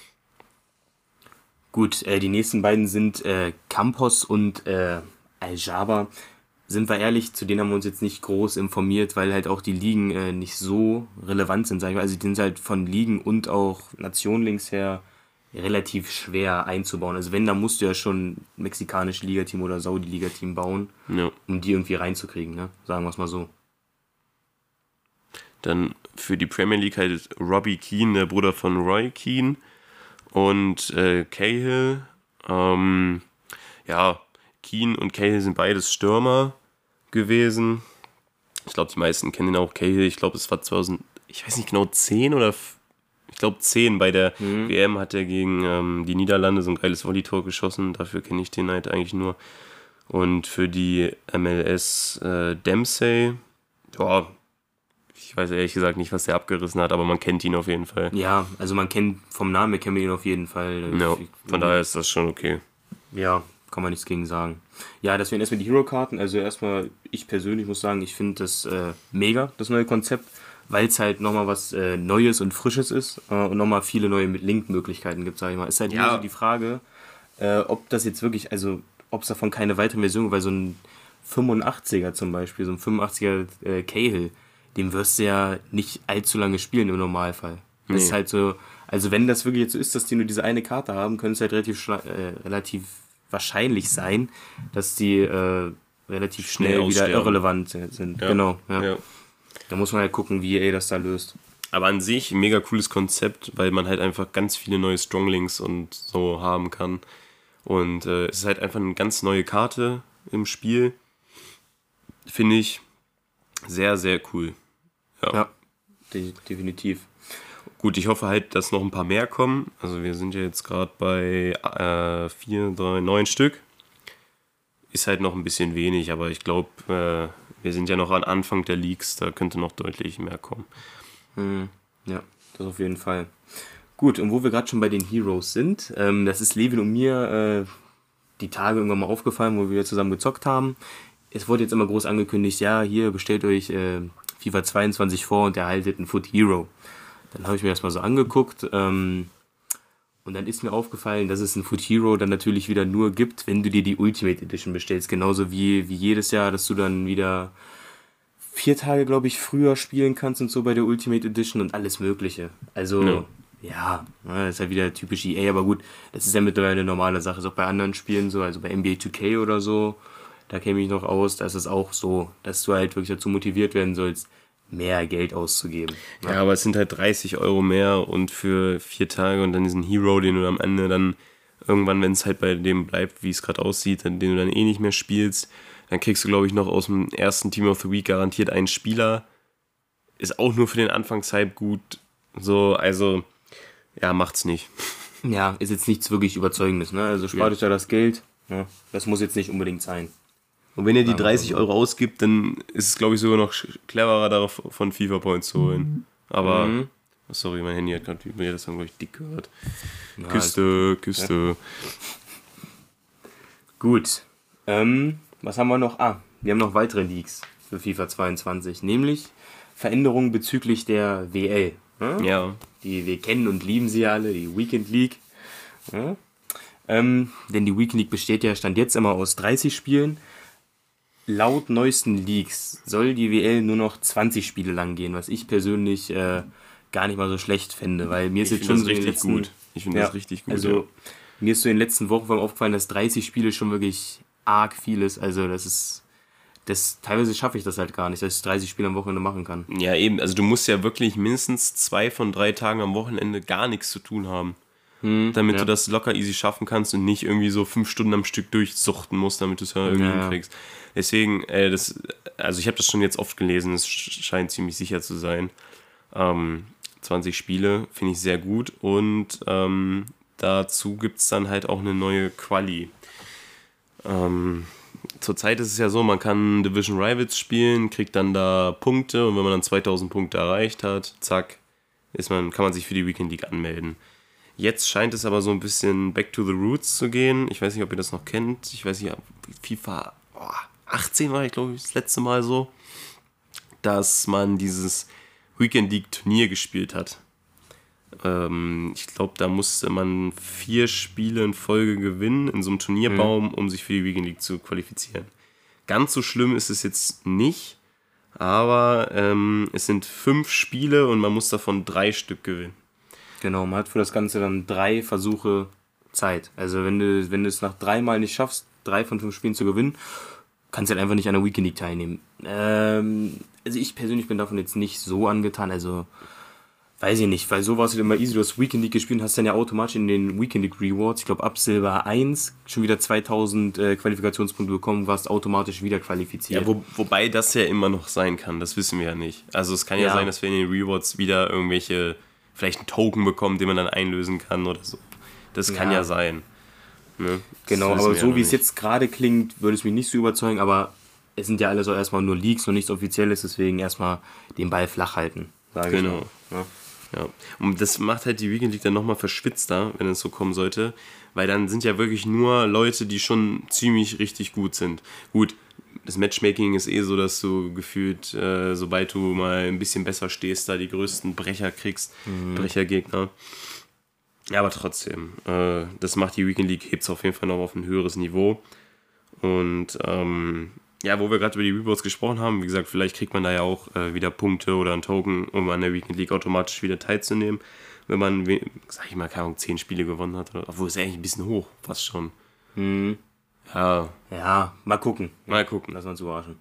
S2: Gut, äh, die nächsten beiden sind äh, Campos und äh, Aljaba. Sind wir ehrlich, zu denen haben wir uns jetzt nicht groß informiert, weil halt auch die Ligen äh, nicht so relevant sind, sag ich mal. Also die sind halt von Ligen und auch Nationen links her relativ schwer einzubauen. Also wenn, dann musst du ja schon ein mexikanisches Ligateam oder Saudi-Ligateam bauen, ja. um die irgendwie reinzukriegen, ne? Sagen wir es mal so.
S3: Dann für die Premier League halt Robbie Keane, der Bruder von Roy Keane, und äh, Cahill. Ähm, ja, Keane und Cahill sind beides Stürmer gewesen. Ich glaube, die meisten kennen ihn auch. Cahill, ich glaube, es war zweitausend, ich weiß nicht genau, zehn oder ich glaube zehn bei der mhm. W M hat er gegen ähm, die Niederlande so ein geiles Volley-Tor geschossen. Dafür kenne ich den halt eigentlich nur. Und für die M L S äh, Dempsey, ja, ich weiß ehrlich gesagt nicht, was der abgerissen hat, aber man kennt ihn auf jeden Fall.
S2: Ja, also man kennt, vom Namen her kennen wir ihn auf jeden Fall.
S3: Ja, von daher ist das schon okay.
S2: Ja, kann man nichts gegen sagen. Ja, das wären erstmal die Hero-Karten. Also erstmal, ich persönlich muss sagen, ich finde das äh, mega, das neue Konzept, weil es halt nochmal was äh, Neues und Frisches ist äh, und nochmal viele neue Link-Möglichkeiten gibt, sag ich mal. Ist halt ja. nur so die Frage, äh, ob das jetzt wirklich, also ob es davon keine weiteren Versionen, weil so ein fünfundachtziger zum Beispiel, so ein fünfundachtziger äh, Cahill, dem wirst du ja nicht allzu lange spielen im Normalfall. Das nee. ist halt so, also wenn das wirklich jetzt so ist, dass die nur diese eine Karte haben, könnte es halt relativ, äh, relativ wahrscheinlich sein, dass die äh, relativ schnell, schnell wieder irrelevant sind. Ja. Genau, ja. ja. Da muss man halt gucken, wie E A das da löst.
S3: Aber an sich ein mega cooles Konzept, weil man halt einfach ganz viele neue Stronglinks und so haben kann. Und äh, es ist halt einfach eine ganz neue Karte im Spiel. Finde ich sehr, sehr cool.
S2: Ja, ja de- definitiv.
S3: Gut, ich hoffe halt, dass noch ein paar mehr kommen. Also wir sind ja jetzt gerade bei äh, vier, drei, neun Stück. Ist halt noch ein bisschen wenig, aber ich glaube, äh, wir sind ja noch am Anfang der Leaks, da könnte noch deutlich mehr kommen.
S2: Mhm. Ja, das auf jeden Fall. Gut, und wo wir gerade schon bei den Heroes sind, ähm, das ist Levin und mir äh, die Tage irgendwann mal aufgefallen, wo wir zusammen gezockt haben. Es wurde jetzt immer groß angekündigt, ja, hier bestellt euch äh, FIFA zweiundzwanzig vor und erhaltet einen Foot Hero. Dann habe ich mir das mal so angeguckt ähm, und dann ist mir aufgefallen, dass es einen Foot Hero dann natürlich wieder nur gibt, wenn du dir die Ultimate Edition bestellst. Genauso wie, wie jedes Jahr, dass du dann wieder vier Tage, glaube ich, früher spielen kannst und so bei der Ultimate Edition und alles Mögliche. Also, ja, ja das ist ja wieder typisch E A, aber gut, das ist ja mittlerweile eine normale Sache. Ist auch bei anderen Spielen so, also bei N B A zwei K oder so, da kenne ich noch aus, da ist es auch so, dass du halt wirklich dazu motiviert werden sollst, mehr Geld auszugeben.
S3: Ja, ja, aber es sind halt dreißig Euro mehr und für vier Tage und dann diesen Hero, den du am Ende dann irgendwann, wenn es halt bei dem bleibt, wie es gerade aussieht, den du dann eh nicht mehr spielst, dann kriegst du, glaube ich, noch aus dem ersten Team of the Week garantiert einen Spieler. Ist auch nur für den Anfangshype gut. So, also, ja, macht's nicht.
S2: Ja, ist jetzt nichts wirklich Überzeugendes, ne? Also spart euch ja das Geld. Ja, das muss jetzt nicht unbedingt sein.
S3: Und wenn ihr die dreißig Euro ausgibt, dann ist es, glaube ich, sogar noch cleverer, darauf von FIFA Points zu holen. Aber, mhm. sorry, mein Handy hat gerade vibriert, das haben, glaube ich, dick gehört. Ja, Küste, also, Küste.
S2: Ja. Gut. Ähm, was haben wir noch? Ah, wir haben noch weitere Leaks für FIFA zweiundzwanzig, nämlich Veränderungen bezüglich der W L. Hm?
S3: Ja.
S2: Die wir kennen und lieben sie alle, die Weekend League. Hm? Ähm, denn die Weekend League besteht ja, stand jetzt immer aus dreißig Spielen. Laut neuesten Leaks soll die W L nur noch zwanzig Spiele lang gehen, was ich persönlich äh, gar nicht mal so schlecht fände, weil mir ist
S3: Ich
S2: jetzt
S3: finde
S2: schon
S3: das
S2: so in den
S3: richtig
S2: letzten,
S3: gut. Ich finde
S2: ja,
S3: das richtig gut.
S2: Also
S3: ja.
S2: mir ist so in den letzten Wochen vor allem aufgefallen, dass dreißig Spiele schon wirklich arg viel ist. Also das ist, das teilweise schaffe ich das halt gar nicht, dass ich dreißig Spiele am Wochenende machen kann.
S3: Ja, eben. Also du musst ja wirklich mindestens zwei von drei Tagen am Wochenende gar nichts zu tun haben. Hm, damit
S2: ja.
S3: du das locker easy schaffen kannst und nicht irgendwie so fünf Stunden am Stück durchsuchten musst, damit du es ja irgendwie
S2: Ja, ja.
S3: hinkriegst. Deswegen, äh, das, also ich habe das schon jetzt oft gelesen, es scheint ziemlich sicher zu sein. Ähm, zwanzig Spiele finde ich sehr gut und ähm, dazu gibt es dann halt auch eine neue Quali. Ähm, zurzeit ist es ja so, man kann Division Rivals spielen, kriegt dann da Punkte und wenn man dann zweitausend Punkte erreicht hat, zack, ist man, kann man sich für die Weekend League anmelden. Jetzt scheint es aber so ein bisschen back to the roots zu gehen. Ich weiß nicht, ob ihr das noch kennt. Ich weiß nicht, FIFA oh, achtzehn war ich, glaube ich, das letzte Mal so, dass man dieses Weekend League Turnier gespielt hat. Ähm, ich glaube, da musste man vier Spiele in Folge gewinnen in so einem Turnierbaum, mhm. um sich für die Weekend League zu qualifizieren. Ganz so schlimm ist es jetzt nicht, aber ähm, es sind fünf Spiele und man muss davon drei Stück gewinnen.
S2: Genau, man hat für das Ganze dann drei Versuche Zeit. Also wenn du, wenn du es nach dreimal nicht schaffst, drei von fünf Spielen zu gewinnen, kannst du halt einfach nicht an der Weekend League teilnehmen. Ähm, also ich persönlich bin davon jetzt nicht so angetan, also weiß ich nicht, weil so war es halt immer easy, du hast Weekend League gespielt und hast dann ja automatisch in den Weekend League Rewards, ich glaube ab Silber eins, schon wieder zweitausend äh, Qualifikationspunkte bekommen, warst automatisch wieder qualifiziert.
S3: Ja, wo, wobei das ja immer noch sein kann, das wissen wir ja nicht. Also es kann ja, ja sein, dass wir in den Rewards wieder irgendwelche, vielleicht einen Token bekommen, den man dann einlösen kann oder so. Das kann ja, ja sein. Ne?
S2: Genau, aber so wie es jetzt gerade klingt, würde es mich nicht so überzeugen, aber es sind ja alles so erstmal nur Leaks und nichts Offizielles, deswegen erstmal den Ball flach halten, sage
S3: genau.
S2: ich mal. Ja.
S3: Ja. Und das macht halt die Weekend League dann nochmal verschwitzter, wenn es so kommen sollte, weil dann sind ja wirklich nur Leute, die schon ziemlich richtig gut sind. Gut, das Matchmaking ist eh so, dass du gefühlt, äh, sobald du mal ein bisschen besser stehst, da die größten Brecher kriegst, mhm. Brechergegner. Ja, aber trotzdem, äh, das macht die Weekend League, hebt es auf jeden Fall noch auf ein höheres Niveau. Und ähm, ja, wo wir gerade über die Rewards gesprochen haben, wie gesagt, vielleicht kriegt man da ja auch äh, wieder Punkte oder einen Token, um an der Weekend League automatisch wieder teilzunehmen, wenn man, sag ich mal, keine Ahnung, zehn Spiele gewonnen hat. Oder, obwohl es eigentlich ein bisschen hoch, fast schon.
S2: Mhm.
S3: Ja.
S2: Ja, mal gucken.
S3: Mal gucken.
S2: Lass uns überraschen.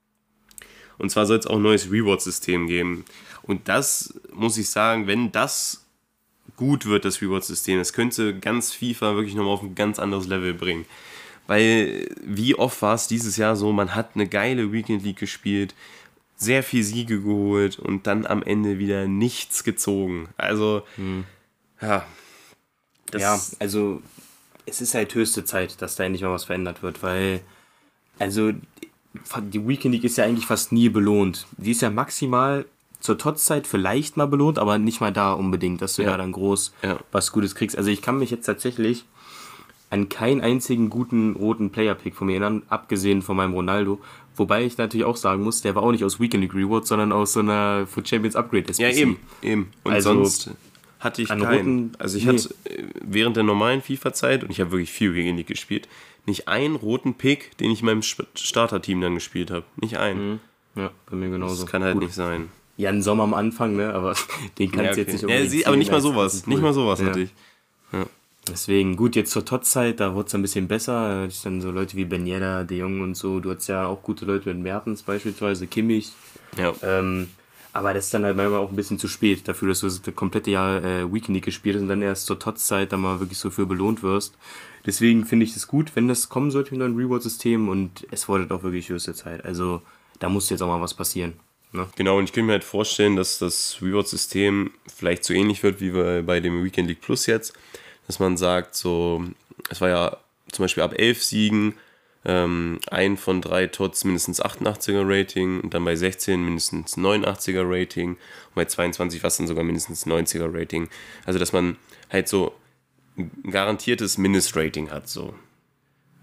S3: Und zwar soll es auch ein neues Reward-System geben. Und das, muss ich sagen, wenn das gut wird, das Reward-System, das könnte ganz FIFA wirklich nochmal auf ein ganz anderes Level bringen. Weil wie oft war es dieses Jahr so, man hat eine geile Weekend League gespielt, sehr viel Siege geholt und dann am Ende wieder nichts gezogen. Also, hm. ja.
S2: Das ja, also es ist halt höchste Zeit, dass da endlich mal was verändert wird, weil also die Weekend League ist ja eigentlich fast nie belohnt. Die ist ja maximal zur T O Z-Zeit vielleicht mal belohnt, aber nicht mal da unbedingt, dass du ja, ja dann groß ja. was Gutes kriegst. Also ich kann mich jetzt tatsächlich an keinen einzigen guten roten Player-Pick von mir erinnern, abgesehen von meinem Ronaldo. Wobei ich natürlich auch sagen muss, der war auch nicht aus Weekend League Rewards, sondern aus so einer Foot Champions Upgrade S P C.
S3: Ja, eben. eben. Und also sonst hatte ich keinen. Roten, also ich nee. hatte während der normalen FIFA-Zeit, und ich habe wirklich viel Weekend League gespielt, nicht einen roten Pick, den ich in meinem Starter-Team dann gespielt habe. Nicht einen.
S2: Ja, bei mir genauso.
S3: Das kann halt
S2: Gut.
S3: nicht sein.
S2: Ja, ein Sommer am Anfang, ne, aber den kannst du ja, okay. jetzt nicht unbedingt.
S3: Ja, aber nicht mal sowas. Nicht mal sowas
S2: ja.
S3: hatte ich. Ja.
S2: Deswegen, gut, jetzt zur T O Z-Zeit, da wurde es ein bisschen besser. Da hatte ich dann so Leute wie Ben Yedder, De Jong und so. Du hattest ja auch gute Leute mit Mertens beispielsweise, Kimmich.
S3: Ja.
S2: Ähm, aber das ist dann halt manchmal auch ein bisschen zu spät dafür, dass du das komplette Jahr äh, Weekend League gespielt hast und dann erst zur T O Z-Zeit dann mal wirklich so für belohnt wirst. Deswegen finde ich das gut, wenn das kommen sollte mit einem Reward-System und es fordert auch wirklich höchste Zeit. Also da muss jetzt auch mal was passieren. Ne?
S3: Genau, und ich könnte mir halt vorstellen, dass das Reward-System vielleicht so ähnlich wird wie bei dem Weekend League Plus jetzt. Dass man sagt, so, es war ja zum Beispiel ab elf Siegen, ähm, ein von drei T O Ts mindestens achtundachtziger Rating und dann bei sechzehn mindestens neunundachtziger Rating und bei zweiundzwanzig war es dann sogar mindestens neunziger Rating. Also, dass man halt so ein garantiertes Mindestrating hat, so.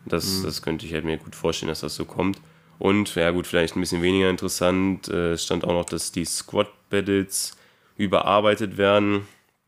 S3: Das, mhm. das könnte ich halt mir gut vorstellen, dass das so kommt. Und, ja gut, vielleicht ein bisschen weniger interessant, äh, es stand auch noch, dass die Squad-Battles überarbeitet werden.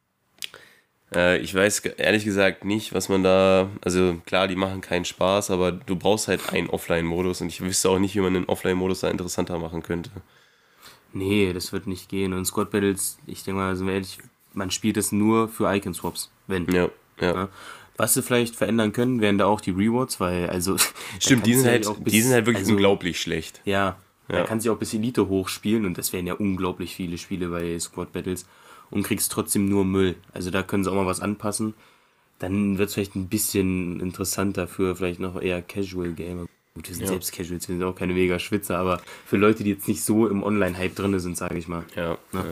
S3: Äh, ich weiß ehrlich gesagt nicht, was man da, also klar, die machen keinen Spaß, aber du brauchst halt einen Offline-Modus und ich wüsste auch nicht, wie man den Offline-Modus da interessanter machen könnte.
S2: Nee, das wird nicht gehen. Und Squad Battles, ich denke mal, sind wir ehrlich, man spielt das nur für Icon-Swaps, wenn.
S3: Ja, ja.
S2: ja. Was sie vielleicht verändern können, wären da auch die Rewards, weil, also...
S3: Stimmt, die sind, halt,
S2: bis,
S3: die sind halt wirklich
S2: also,
S3: unglaublich schlecht.
S2: Ja,
S3: ja,
S2: man kann sich auch bis Elite hochspielen und das wären ja unglaublich viele Spiele bei Squad Battles und kriegst trotzdem nur Müll. Also da können sie auch mal was anpassen. Dann wird es vielleicht ein bisschen interessanter für vielleicht noch eher Casual Gamer. Gut, wir sind ja. selbst Casuals, wir sind auch keine mega Schwitzer, aber für Leute, die jetzt nicht so im Online-Hype drin sind, sage ich mal.
S3: Ja,
S2: ja.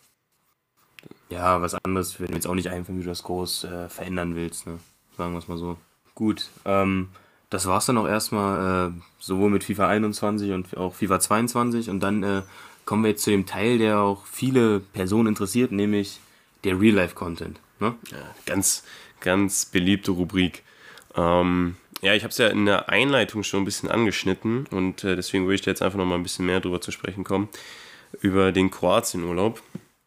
S2: ja, was anderes, wenn du jetzt auch nicht einfach, wie du das groß äh, verändern willst, ne? Sagen wir es mal so. Gut, ähm, das war's dann auch erstmal, äh, sowohl mit FIFA einundzwanzig und auch FIFA zweiundzwanzig und dann äh, kommen wir jetzt zu dem Teil, der auch viele Personen interessiert, nämlich der Real-Life-Content. Ne?
S3: Ja, ganz, ganz beliebte Rubrik. Ähm, ja, ich habe es ja in der Einleitung schon ein bisschen angeschnitten und äh, deswegen würde ich da jetzt einfach noch mal ein bisschen mehr drüber zu sprechen kommen, über den Kroatien-Urlaub.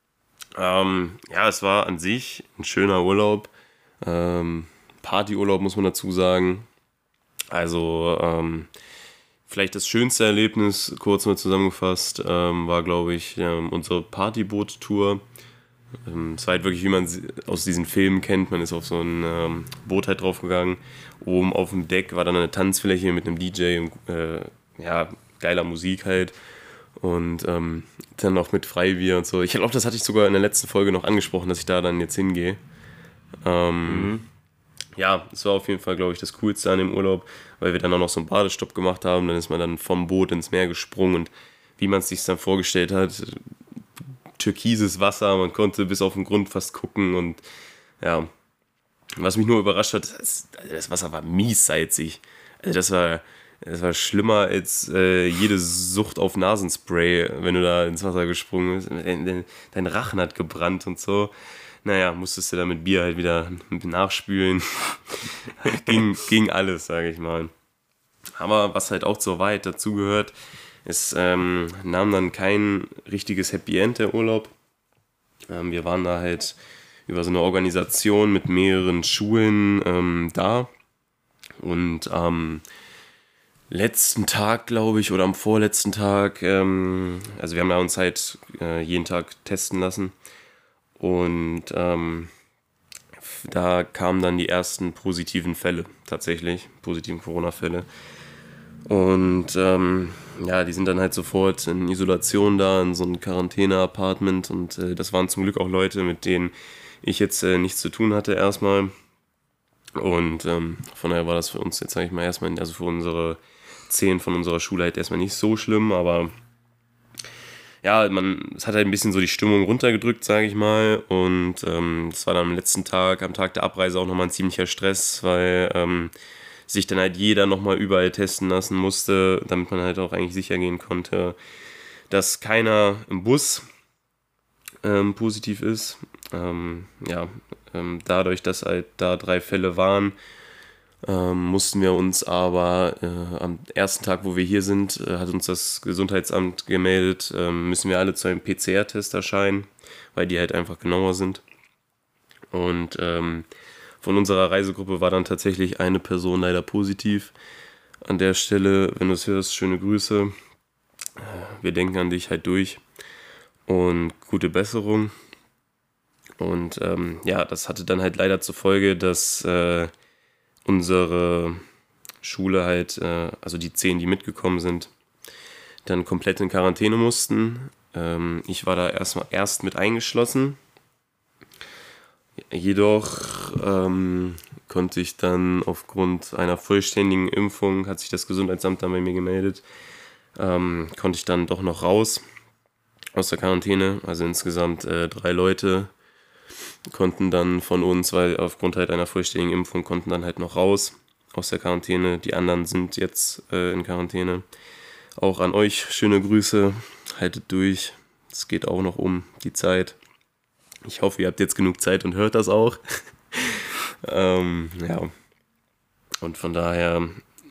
S3: Ähm, ja, es war an sich ein schöner Urlaub, ähm, Partyurlaub muss man dazu sagen. Also ähm, vielleicht das schönste Erlebnis, kurz mal zusammengefasst, ähm, war, glaube ich, ähm, unsere Partyboot-Tour. Ähm, es war halt wirklich, wie man aus diesen Filmen kennt, man ist auf so ein ähm, Boot halt draufgegangen. Oben auf dem Deck war dann eine Tanzfläche mit einem D J und äh, ja, geiler Musik halt. Und ähm, dann auch mit Freibier und so. Ich glaube, das hatte ich sogar in der letzten Folge noch angesprochen, dass ich da dann jetzt hingehe. Ähm, mhm. Ja, es war auf jeden Fall, glaube ich, das Coolste an dem Urlaub, weil wir dann auch noch so einen Badestopp gemacht haben. Dann ist man dann vom Boot ins Meer gesprungen und wie man es sich dann vorgestellt hat, türkises Wasser, man konnte bis auf den Grund fast gucken und ja, was mich nur überrascht hat, das, das Wasser war mies salzig. Also das war, das war schlimmer als äh, jede Sucht auf Nasenspray, wenn du da ins Wasser gesprungen bist. Dein, dein Rachen hat gebrannt und so. Naja, musstest du da mit Bier halt wieder nachspülen. ging, ging alles, sage ich mal. Aber was halt auch zur Wahrheit dazugehört, es ähm, nahm dann kein richtiges Happy End, der Urlaub. Ähm, wir waren da halt über so eine Organisation mit mehreren Schulen ähm, da. Und am letzten Tag, glaube ich, oder am vorletzten Tag, ähm, also wir haben da uns halt äh, jeden Tag testen lassen. Und ähm, da kamen dann die ersten positiven Fälle, tatsächlich, positiven Corona-Fälle. Und ähm, ja, die sind dann halt sofort in Isolation da, in so einem Quarantäne-Apartment. Und äh, das waren zum Glück auch Leute, mit denen ich jetzt äh, nichts zu tun hatte erstmal. Und ähm, von daher war das für uns jetzt, sag ich mal, erstmal, also für unsere zehn von unserer Schule halt erstmal nicht so schlimm, aber ja, man, es hat halt ein bisschen so die Stimmung runtergedrückt, sage ich mal. Und ähm, das war dann am letzten Tag, am Tag der Abreise auch nochmal ein ziemlicher Stress, weil ähm, sich dann halt jeder nochmal überall testen lassen musste, damit man halt auch eigentlich sicher gehen konnte, dass keiner im Bus ähm, positiv ist. Ähm, ja, ähm, dadurch, dass halt da drei Fälle waren, Ähm, mussten wir uns aber äh, am ersten Tag, wo wir hier sind, äh, hat uns das Gesundheitsamt gemeldet, äh, müssen wir alle zu einem P C R-Test erscheinen, weil die halt einfach genauer sind. Und ähm, von unserer Reisegruppe war dann tatsächlich eine Person leider positiv. An der Stelle, wenn du es hörst, schöne Grüße. Äh, wir denken an dich halt durch und gute Besserung. Und ähm, ja, das hatte dann halt leider zur Folge, dass äh, unsere Schule halt, äh, also die zehn, die mitgekommen sind, dann komplett in Quarantäne mussten. Ähm, ich war da erstmal erst mit eingeschlossen. Jedoch ähm, konnte ich dann aufgrund einer vollständigen Impfung, hat sich das Gesundheitsamt dann bei mir gemeldet, ähm, konnte ich dann doch noch raus aus der Quarantäne. Also insgesamt äh, drei Leute konnten dann von uns, weil aufgrund halt einer vollständigen Impfung, konnten dann halt noch raus aus der Quarantäne. Die anderen sind jetzt äh, in Quarantäne. Auch an euch schöne Grüße, haltet durch. Es geht auch noch um die Zeit. Ich hoffe, ihr habt jetzt genug Zeit und hört das auch. ähm, ja. Und von daher,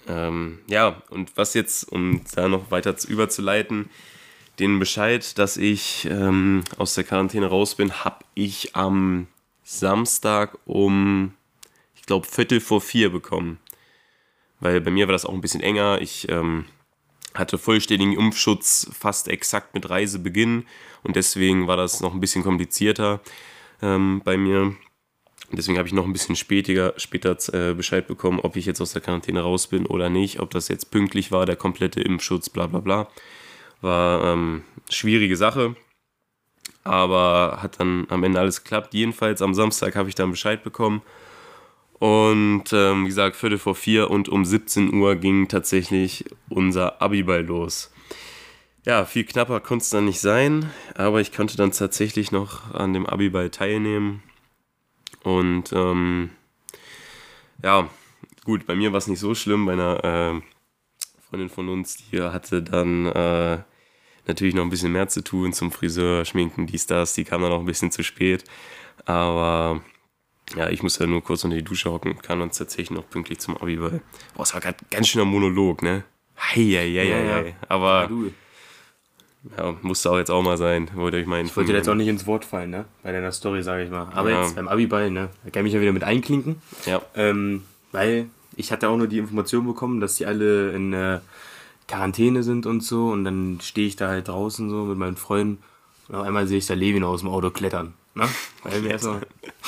S3: ähm, ja, und was jetzt, um da noch weiter überzuleiten, den Bescheid, dass ich ähm, aus der Quarantäne raus bin, habe ich am Samstag um, ich glaube, Viertel vor vier bekommen. Weil bei mir war das auch ein bisschen enger. Ich ähm, hatte vollständigen Impfschutz fast exakt mit Reisebeginn und deswegen war das noch ein bisschen komplizierter ähm, bei mir. Deswegen habe ich noch ein bisschen später, später äh, Bescheid bekommen, ob ich jetzt aus der Quarantäne raus bin oder nicht, ob das jetzt pünktlich war, der komplette Impfschutz, bla bla bla. War ähm, schwierige Sache, aber hat dann am Ende alles geklappt. Jedenfalls am Samstag habe ich dann Bescheid bekommen und ähm, wie gesagt, Viertel vor vier und um siebzehn Uhr ging tatsächlich unser Abiball los. Ja, viel knapper konnte es dann nicht sein, aber ich konnte dann tatsächlich noch an dem Abiball teilnehmen. Und ähm, ja, gut, bei mir war es nicht so schlimm. Bei einer äh, Freundin von uns, die hatte dann äh, natürlich noch ein bisschen mehr zu tun, zum Friseur, Schminken, dies, das. Die kam dann auch ein bisschen zu spät. Aber ja, ich musste ja nur kurz unter die Dusche hocken und kam dann tatsächlich noch pünktlich zum Abiball. Boah, es war gerade ganz schöner Monolog, ne? Hei, hei, hei,
S2: Ja,
S3: hei.
S2: ja.
S3: Aber
S2: Ja, du.
S3: ja, musste auch jetzt auch mal sein. Wollte euch mal
S2: Ich wollte dir jetzt auch nicht ins Wort fallen, ne? Bei deiner Story, sage ich mal. Aber
S3: Ja.
S2: jetzt beim Abiball, ne? Da kann ich mich ja wieder mit einklinken.
S3: Ja.
S2: Ähm, weil ich hatte auch nur die Information bekommen, dass die alle in äh, Quarantäne sind und so. Und dann stehe ich da halt draußen so mit meinen Freunden. Und auf einmal sehe ich da Levin aus dem Auto klettern. Ne? Weil mir erstmal.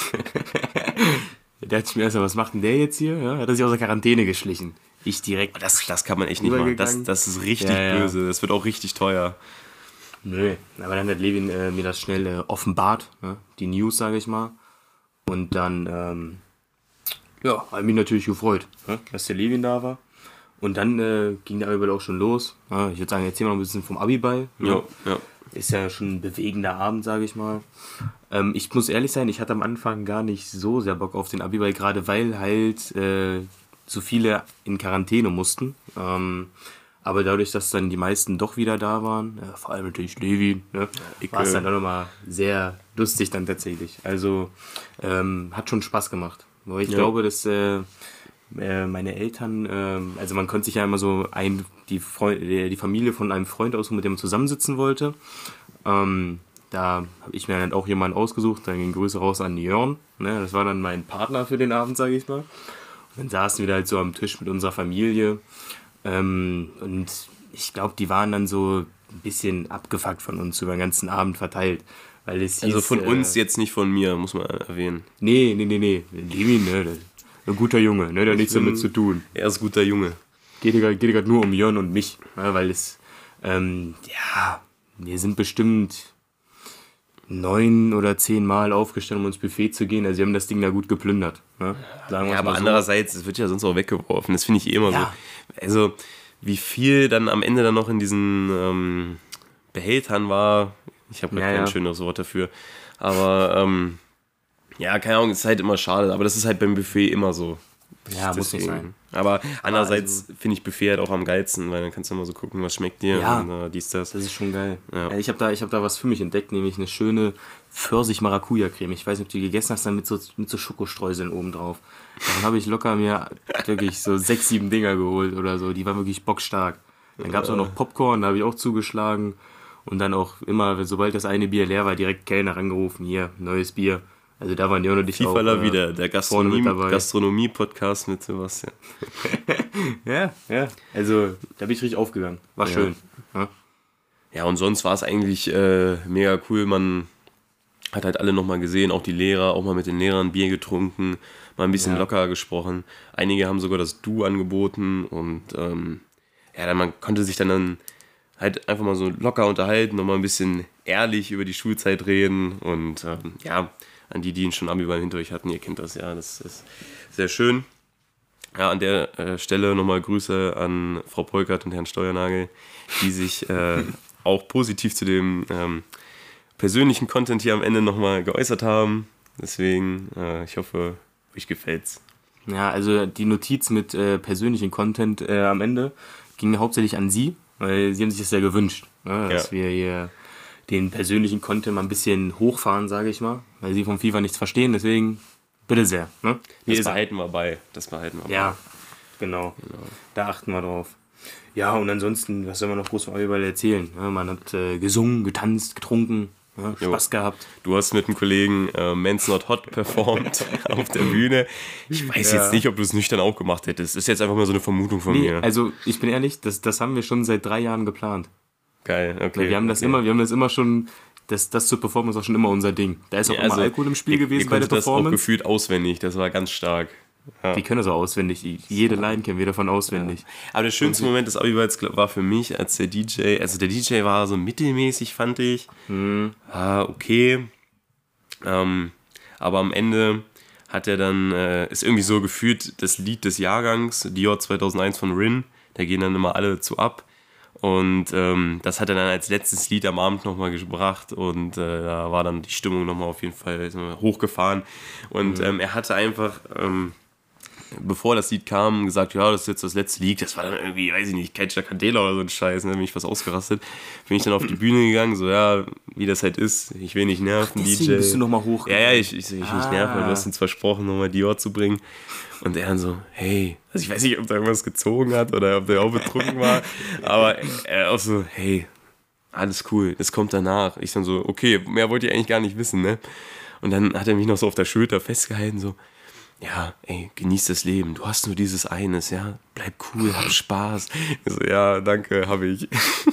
S2: Da dachte ich mir erstmal, was macht denn der jetzt hier? Ja, hat er sich aus der Quarantäne geschlichen. Ich direkt.
S3: Das, das kann man echt nicht machen. Das,
S2: Übergegangen.
S3: das ist richtig
S2: Ja, ja.
S3: böse. Das wird auch richtig teuer.
S2: Nö, aber dann hat Levin äh, mir das schnell äh, offenbart, ne? Die News, sage ich mal. Und dann, ähm, ja, habe ich mich natürlich gefreut, ne? Dass der Levin da war. Und dann äh, ging der Abiball auch schon los. Ja, ich würde sagen, erzähl mal ein bisschen vom Abiball. Ne?
S3: Ja, ja.
S2: Ist ja schon ein bewegender Abend, sage ich mal. Ähm, ich muss ehrlich sein, ich hatte am Anfang gar nicht so sehr Bock auf den Abiball, gerade weil halt äh, so viele in Quarantäne mussten. Ähm, aber dadurch, dass dann die meisten doch wieder da waren, äh, vor allem natürlich Levin, ne,
S3: Ich,
S2: war es
S3: äh,
S2: dann auch nochmal sehr lustig dann tatsächlich. Also ähm, hat schon Spaß gemacht. Aber ich
S3: Ja.
S2: glaube, dass äh, äh, meine Eltern, äh, also man konnte sich ja immer so ein, die, Freund, die, die Familie von einem Freund aussuchen, mit dem man zusammensitzen wollte. Ähm, da habe ich mir dann auch jemanden ausgesucht, dann ging Grüße raus an Jörn. Ne, das war dann mein Partner für den Abend, sage ich mal. Und dann saßen wir da halt so am Tisch mit unserer Familie. Ähm, und ich glaube, die waren dann so ein bisschen abgefuckt von uns über den ganzen Abend verteilt. Weil es
S3: Also
S2: hieß,
S3: von
S2: äh,
S3: uns, jetzt nicht von mir, muss man erwähnen.
S2: Nee, nee, nee, nee. Levin, ne, der, ein guter Junge, ne, der hat nichts
S3: bin-
S2: damit zu tun.
S3: Er ist guter Junge.
S2: Geht ja geht ja grad nur um Jörn und mich. Ne, weil es, ähm, ja, wir sind bestimmt neun oder zehn Mal aufgestanden, um ins Buffet zu gehen. Also wir haben das Ding da gut geplündert. Ne? Sagen wir
S3: Ja,
S2: es
S3: aber
S2: mal so.
S3: andererseits, es wird ja sonst auch weggeworfen. Das finde ich eh immer
S2: Ja.
S3: so. Also, wie viel dann am Ende dann noch in diesen ähm, Behältern war, ich habe
S2: Ja,
S3: kein
S2: ja.
S3: schöneres Wort dafür. Aber, ähm, ja, keine Ahnung, ist halt immer schade. Aber das ist halt beim Buffet immer so.
S2: Ja, muss nicht sein.
S3: Aber andererseits finde ich Buffet halt auch am geilsten, weil dann kannst du immer so gucken, was schmeckt dir
S2: Ja.
S3: und äh, dies, das.
S2: Das ist schon geil.
S3: Ja.
S2: Äh, Ich habe da, ich hab da was für mich entdeckt, nämlich eine schöne Pfirsich-Maracuja-Creme. Ich weiß nicht, ob du die gegessen hast, dann mit so, mit so Schokostreuseln oben drauf. Dann habe ich locker mir wirklich so sechs, sieben Dinger geholt oder so. Die waren wirklich bockstark. Dann gab es auch noch Popcorn, da habe ich auch zugeschlagen. Und dann auch immer, sobald das eine Bier leer war, direkt Kellner angerufen, hier, neues Bier. Also da waren die auch noch dich auch,
S3: FIFA
S2: äh,
S3: wieder, der
S2: vorne mit
S3: Gastronomie-
S2: dabei.
S3: Gastronomie-Podcast mit Sebastian.
S2: Ja, ja. Also da bin ich richtig aufgegangen. War
S3: Ja.
S2: schön. Ja.
S3: Ja, und sonst war es eigentlich äh, mega cool. Man hat halt alle nochmal gesehen, auch die Lehrer, auch mal mit den Lehrern Bier getrunken, mal ein bisschen
S2: Ja.
S3: locker gesprochen. Einige haben sogar das Du angeboten und ähm, ja, dann, man konnte sich dann, dann halt einfach mal so locker unterhalten und mal ein bisschen ehrlich über die Schulzeit reden und ähm, ja, an die, die ihn schon Abiball hinter euch hatten, ihr kennt das ja, das ist sehr schön. Ja, an der äh, Stelle nochmal Grüße an Frau Polkert und Herrn Steuernagel, die sich äh, auch positiv zu dem ähm, persönlichen Content hier am Ende nochmal geäußert haben. Deswegen, äh, ich hoffe, euch gefällt's.
S2: Ja, also die Notiz mit äh, persönlichem Content äh, am Ende ging hauptsächlich an Sie, weil Sie haben sich das ja gewünscht, ne, dass
S3: Ja.
S2: wir hier den persönlichen Content mal ein bisschen hochfahren, sage ich mal, weil Sie vom FIFA nichts verstehen, deswegen bitte sehr. Ne? Hier
S3: Das
S2: ist er.
S3: behalten wir bei. Das behalten wir
S2: Ja, genau. genau. Da achten wir drauf. Ja, und ansonsten, was soll man noch groß von Abiball erzählen? Ja, man hat äh, gesungen, getanzt, getrunken, ja, Spaß jo. gehabt.
S3: Du hast mit einem Kollegen äh, Men's Not Hot performt auf der Bühne. Ich weiß ja. jetzt nicht, ob du es nüchtern auch gemacht hättest. Das ist jetzt einfach mal so eine Vermutung von nee, mir.
S2: Also, ich bin ehrlich, das, das haben wir schon seit drei Jahren geplant.
S3: Geil, okay.
S2: Weil wir haben das
S3: okay.
S2: immer, wir haben das immer schon, das, das zu performen ist auch schon immer unser Ding. Da ist auch ja, immer also, Alkohol im Spiel
S3: ihr,
S2: gewesen
S3: ihr
S2: bei der Performance.
S3: Das auch gefühlt auswendig, das war ganz stark. Ja.
S2: Die können das auch auswendig. Jede Line kennen wir davon auswendig.
S3: Ja. Aber der schönste Moment des Abiballs war für mich, als der D J, also der D J war so mittelmäßig, fand ich.
S2: Hm.
S3: Ah, okay. Ähm, aber am Ende hat er dann, äh, ist irgendwie so gefühlt das Lied des Jahrgangs, Dior zweitausendeins von Rin. Da gehen dann immer alle zu ab. Und ähm, das hat er dann als letztes Lied am Abend nochmal gebracht und äh, da war dann die Stimmung nochmal auf jeden Fall hochgefahren. Und mhm. ähm, er hatte einfach, ähm, bevor das Lied kam, gesagt, ja, das ist jetzt das letzte Lied. Das war dann irgendwie, weiß ich nicht, Catcher Candela oder so ein Scheiß. Ne? Da bin ich fast ausgerastet. Bin ich dann auf die Bühne gegangen, so ja, wie das halt ist. Ich will nicht nerven,
S2: Ach,
S3: D J.
S2: bist du nochmal hoch.
S3: Ja, ja, ich, ich, ich ah. nicht nerven, weil du hast uns versprochen, nochmal Dior zu bringen. Und er dann so, hey, also ich weiß nicht, ob er irgendwas gezogen hat oder ob der auch betrunken war, aber er auch so, hey, alles cool, das kommt danach. Ich dann so, okay, mehr wollte ich eigentlich gar nicht wissen, ne? Und dann hat er mich noch so auf der Schulter festgehalten, so, ja, ey, genieß das Leben, du hast nur dieses eines, ja, bleib cool, hab Spaß. Ich so, ja, danke, hab ich.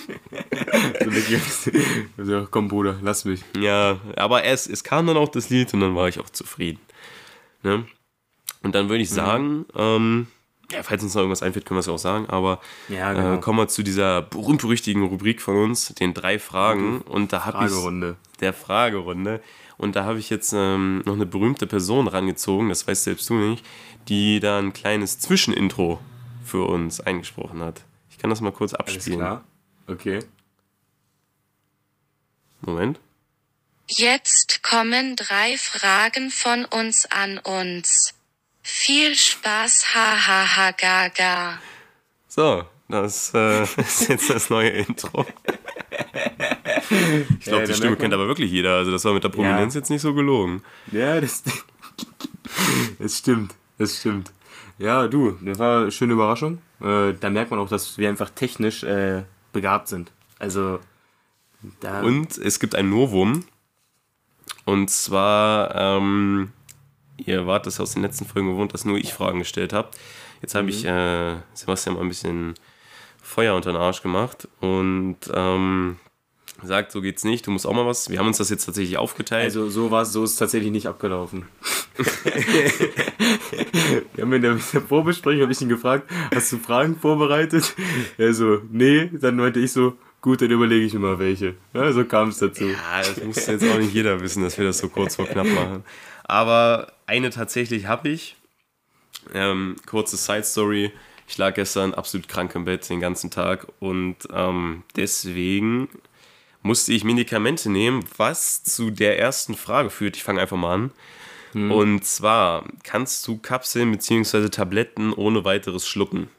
S2: So, komm Bruder, lass mich.
S3: Ja, aber es, es kam dann auch das Lied und dann war ich auch zufrieden, ne? Und dann würde ich sagen, mhm. ähm, ja, falls uns noch irgendwas einfällt, können wir es ja auch sagen, aber
S2: ja, genau.
S3: äh, kommen wir zu dieser berühmt-berüchtigten Rubrik von uns, den drei Fragen. Und da habe ich
S2: Fragerunde.
S3: Der Fragerunde. Und da habe ich jetzt ähm, noch eine berühmte Person rangezogen, das weißt selbst du nicht, die da ein kleines Zwischenintro für uns eingesprochen hat. Ich kann das mal kurz abspielen.
S2: Alles klar. Okay.
S3: Moment.
S4: Jetzt kommen drei Fragen von uns an uns. Viel Spaß, ha ha ha ga ga.
S3: So, das äh, ist jetzt das neue Intro. Ich glaube, ja, die Stimme kennt aber wirklich jeder. Also das war mit der Prominenz ja. jetzt nicht so gelogen.
S2: Ja, das, das stimmt. Das stimmt. Ja, du, das war eine schöne Überraschung. Äh, da merkt man auch, dass wir einfach technisch äh, begabt sind. Also da...
S3: Und es gibt ein Novum. Und zwar... Ähm, Ihr wart das aus den letzten Folgen gewohnt, dass nur ich Fragen gestellt habe. Jetzt habe mhm. ich äh, Sebastian mal ein bisschen Feuer unter den Arsch gemacht und ähm, sagt, so geht's nicht, du musst auch mal was. Wir haben uns das jetzt tatsächlich aufgeteilt.
S2: Also so war es, so ist es tatsächlich nicht abgelaufen. Wir haben in der, in der Vorbesprechung, habe ich ihn gefragt, hast du Fragen vorbereitet? Er so, nee. Dann meinte ich so, gut, dann überlege ich mir mal welche. Ja, so kam es dazu.
S3: Ja, das muss jetzt auch nicht jeder wissen, dass wir das so kurz vor knapp machen. Aber eine tatsächlich habe ich. Ähm, kurze Side-Story. Ich lag gestern absolut krank im Bett den ganzen Tag und ähm, deswegen musste ich Medikamente nehmen, was zu der ersten Frage führt. Ich fange einfach mal an. Hm. Und zwar, kannst du Kapseln bzw. Tabletten ohne weiteres schlucken?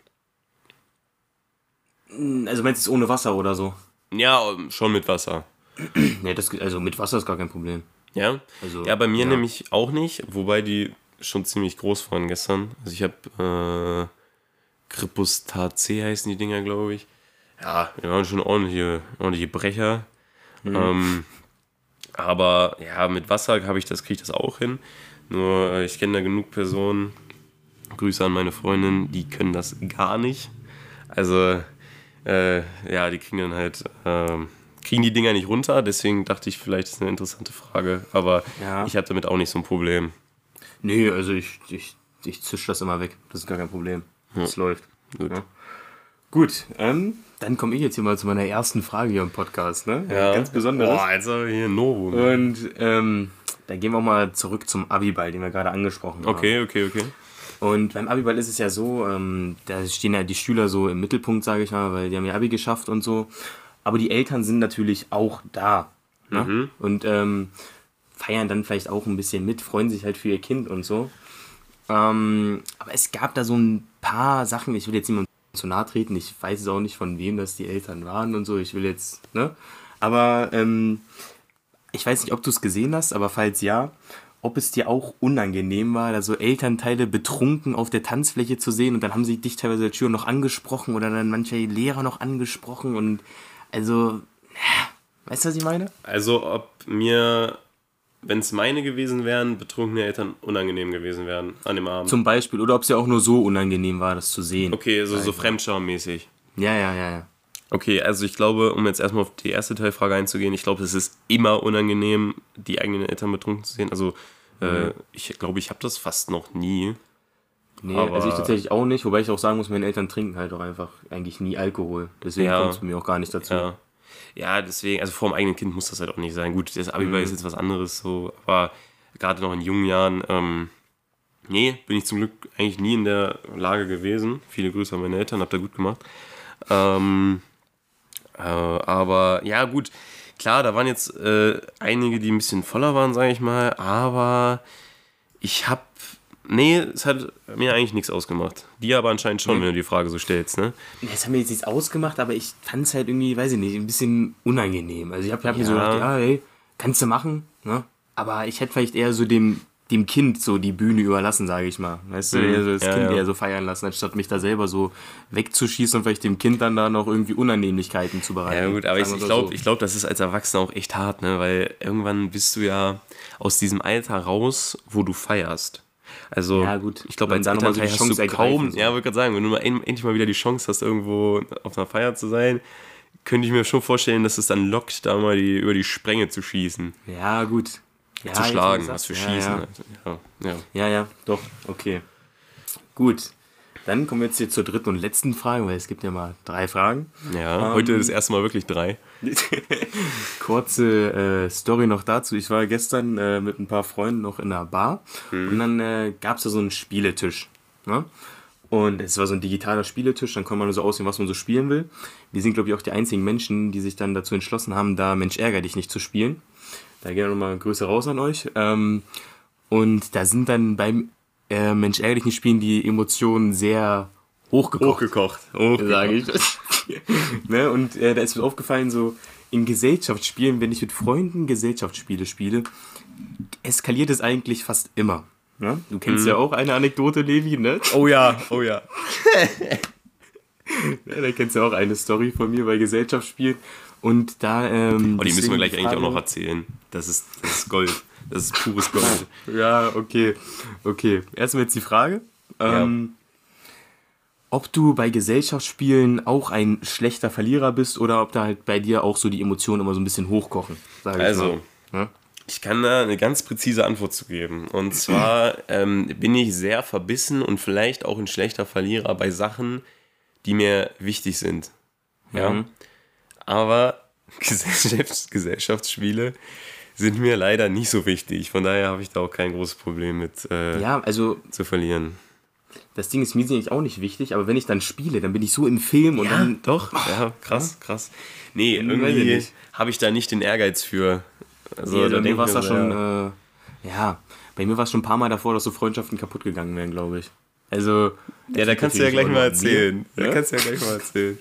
S2: Also meinst du es ohne Wasser oder so?
S3: Ja, schon mit Wasser.
S2: Ja, das, also mit Wasser ist gar kein Problem.
S3: Ja,
S2: also,
S3: ja bei mir
S2: ja.
S3: nämlich auch nicht, wobei die schon ziemlich groß waren gestern. Also ich habe äh, Crepustat C heißen die Dinger, glaube ich. Ja, wir waren schon ordentliche, ordentliche Brecher. Mhm. Ähm, aber ja, mit Wasser habe ich das, kriege ich das auch hin. Nur äh, ich kenne da genug Personen, Grüße an meine Freundin, die können das gar nicht. Also äh, ja, die kriegen dann halt... Äh, kriegen die Dinger nicht runter, deswegen dachte ich, vielleicht ist eine interessante Frage, aber ja. ich habe damit auch nicht so ein Problem.
S2: Nee, also ich, ich, ich zisch das immer weg, das ist gar kein Problem. Das ja. läuft. Gut, ja. Gut ähm, dann komme ich jetzt hier mal zu meiner ersten Frage hier im Podcast, ne?
S3: Ja.
S2: Ganz besonderes.
S3: Boah, also hier ein Novum.
S2: Und ähm, dann gehen wir mal zurück zum Abiball, den wir gerade angesprochen haben.
S3: Okay, okay, okay.
S2: Und beim Abiball ist es ja so, ähm, da stehen ja die Schüler so im Mittelpunkt, sage ich mal, weil die haben ihr Abi geschafft und so. Aber die Eltern sind natürlich auch da. Ne? Mhm. Und ähm, feiern dann vielleicht auch ein bisschen mit, freuen sich halt für ihr Kind und so. Ähm, aber es gab da so ein paar Sachen, ich will jetzt niemandem zu nahe treten, ich weiß es auch nicht, von wem das die Eltern waren und so, ich will jetzt, ne? Aber ähm, ich weiß nicht, ob du es gesehen hast, aber falls ja, ob es dir auch unangenehm war, da so Elternteile betrunken auf der Tanzfläche zu sehen und dann haben sie dich teilweise als Schüler noch angesprochen oder dann manche Lehrer noch angesprochen und also, weißt du, was ich meine?
S3: Also ob mir, wenn es meine gewesen wären, betrunkene Eltern unangenehm gewesen wären an dem Abend.
S2: Zum Beispiel, oder ob es ja auch nur so unangenehm war, das zu sehen.
S3: Okay, also so fremdschaumäßig.
S2: Ja, ja, ja, ja.
S3: Okay, also ich glaube, um jetzt erstmal auf die erste Teilfrage einzugehen, ich glaube, es ist immer unangenehm, die eigenen Eltern betrunken zu sehen. Also mhm. äh, ich glaube, ich habe das fast noch nie.
S2: Nee,
S3: aber
S2: also ich tatsächlich auch nicht, wobei ich auch sagen muss, meine Eltern trinken halt auch einfach eigentlich nie Alkohol. Deswegen
S3: ja,
S2: kommt es bei mir auch gar nicht dazu.
S3: Ja. ja, deswegen, also vor dem eigenen Kind muss das halt auch nicht sein. Gut, das Abiball mhm. ist jetzt was anderes, so, aber gerade noch in jungen Jahren, ähm, nee, bin ich zum Glück eigentlich nie in der Lage gewesen. Viele Grüße an meine Eltern, habt ihr gut gemacht. Ähm, äh, aber ja, gut, klar, da waren jetzt äh, einige, die ein bisschen voller waren, sage ich mal, aber ich habe, nee, es hat mir eigentlich nichts ausgemacht. Die aber anscheinend schon, mhm. wenn du die Frage so stellst, ne?
S2: Das haben mir jetzt nichts ausgemacht, aber ich fand es halt irgendwie, weiß ich nicht, ein bisschen unangenehm. Also ich habe hab
S3: ja.
S2: mir so gedacht, ja, hey, kannst du machen, ne? Aber ich hätte vielleicht eher so dem, dem Kind so die Bühne überlassen, sage ich mal. Weißt du,
S3: mhm.
S2: eher so das
S3: ja,
S2: Kind
S3: ja.
S2: eher so feiern lassen, anstatt mich da selber so wegzuschießen und vielleicht dem Kind dann da noch irgendwie Unannehmlichkeiten zu bereiten.
S3: Ja gut, aber ich, ich glaube,
S2: so.
S3: ich glaub, das ist als Erwachsener auch echt hart, ne? Weil irgendwann bist du ja aus diesem Alter raus, wo du feierst. Also,
S2: ja, gut.
S3: ich glaube, als
S2: dann
S3: Elternteil
S2: so
S3: hast du kaum,
S2: so.
S3: ja, wollte gerade sagen, wenn du mal endlich mal wieder die Chance hast, irgendwo auf einer Feier zu sein, könnte ich mir schon vorstellen, dass es dann lockt, da mal die, über die Spränge zu schießen.
S2: Ja, gut. Ja,
S3: zu schlagen, was für Schießen.
S2: Ja,
S3: ja. Ja, ja.
S2: ja, ja, doch, okay. Gut. Dann kommen wir jetzt hier zur dritten und letzten Frage, weil es gibt ja mal drei Fragen.
S3: Ja,
S2: ähm,
S3: heute das erste Mal wirklich drei.
S2: Kurze äh, Story noch dazu. Ich war gestern äh, mit ein paar Freunden noch in einer Bar hm. und dann äh, gab es da so einen Spieletisch. Ne? Und es war so ein digitaler Spieletisch, dann konnte man so aussehen, was man so spielen will. Wir sind, glaube ich, auch die einzigen Menschen, die sich dann dazu entschlossen haben, da Mensch ärger dich nicht zu spielen. Da gehen wir nochmal Grüße raus an euch. Ähm, und da sind dann beim äh, Mensch ärger dich nicht spielen die Emotionen sehr hochgekocht.
S3: Hochgekocht. Hochgekocht.
S2: Sage ich. Ne? Und äh, da ist mir aufgefallen, so in Gesellschaftsspielen, wenn ich mit Freunden Gesellschaftsspiele spiele, eskaliert es eigentlich fast immer. Ne? Du kennst mhm. ja auch eine Anekdote, Levi, ne?
S3: Oh ja, oh ja.
S2: Ja, da kennst du auch eine Story von mir bei Gesellschaftsspielen. Und da, ähm,
S3: oh, die müssen wir gleich Frage, eigentlich auch noch erzählen. Das ist, das ist Gold. Das ist pures Gold.
S2: Ja, okay. Okay. Erstmal jetzt die Frage. Ähm, ja. Ob du bei Gesellschaftsspielen auch ein schlechter Verlierer bist oder ob da halt bei dir auch so die Emotionen immer so ein bisschen hochkochen, sag ich
S3: also,
S2: mal. Ja?
S3: Ich kann da eine ganz präzise Antwort zu geben. Und zwar ähm, bin ich sehr verbissen und vielleicht auch ein schlechter Verlierer bei Sachen, die mir wichtig sind. Ja. Mhm. Aber Gesellschafts- Gesellschaftsspiele sind mir leider nicht so wichtig. Von daher habe ich da auch kein großes Problem mit äh,
S2: ja, also,
S3: zu verlieren.
S2: Das Ding ist mir eigentlich auch nicht wichtig, aber wenn ich dann spiele, dann bin ich so im Film und
S3: ja,
S2: dann...
S3: Doch, ja, krass, krass. Nee, irgendwie habe ich da nicht den Ehrgeiz für. Also,
S2: nee,
S3: da
S2: bei mir war es da
S3: so,
S2: schon...
S3: Ja.
S2: Äh, ja, bei mir war es schon ein paar Mal davor, dass so Freundschaften kaputt gegangen wären, glaube ich. Also...
S3: Ja, da kannst du ja gleich mal erzählen.
S2: Ja?
S3: Da kannst du ja gleich mal erzählen.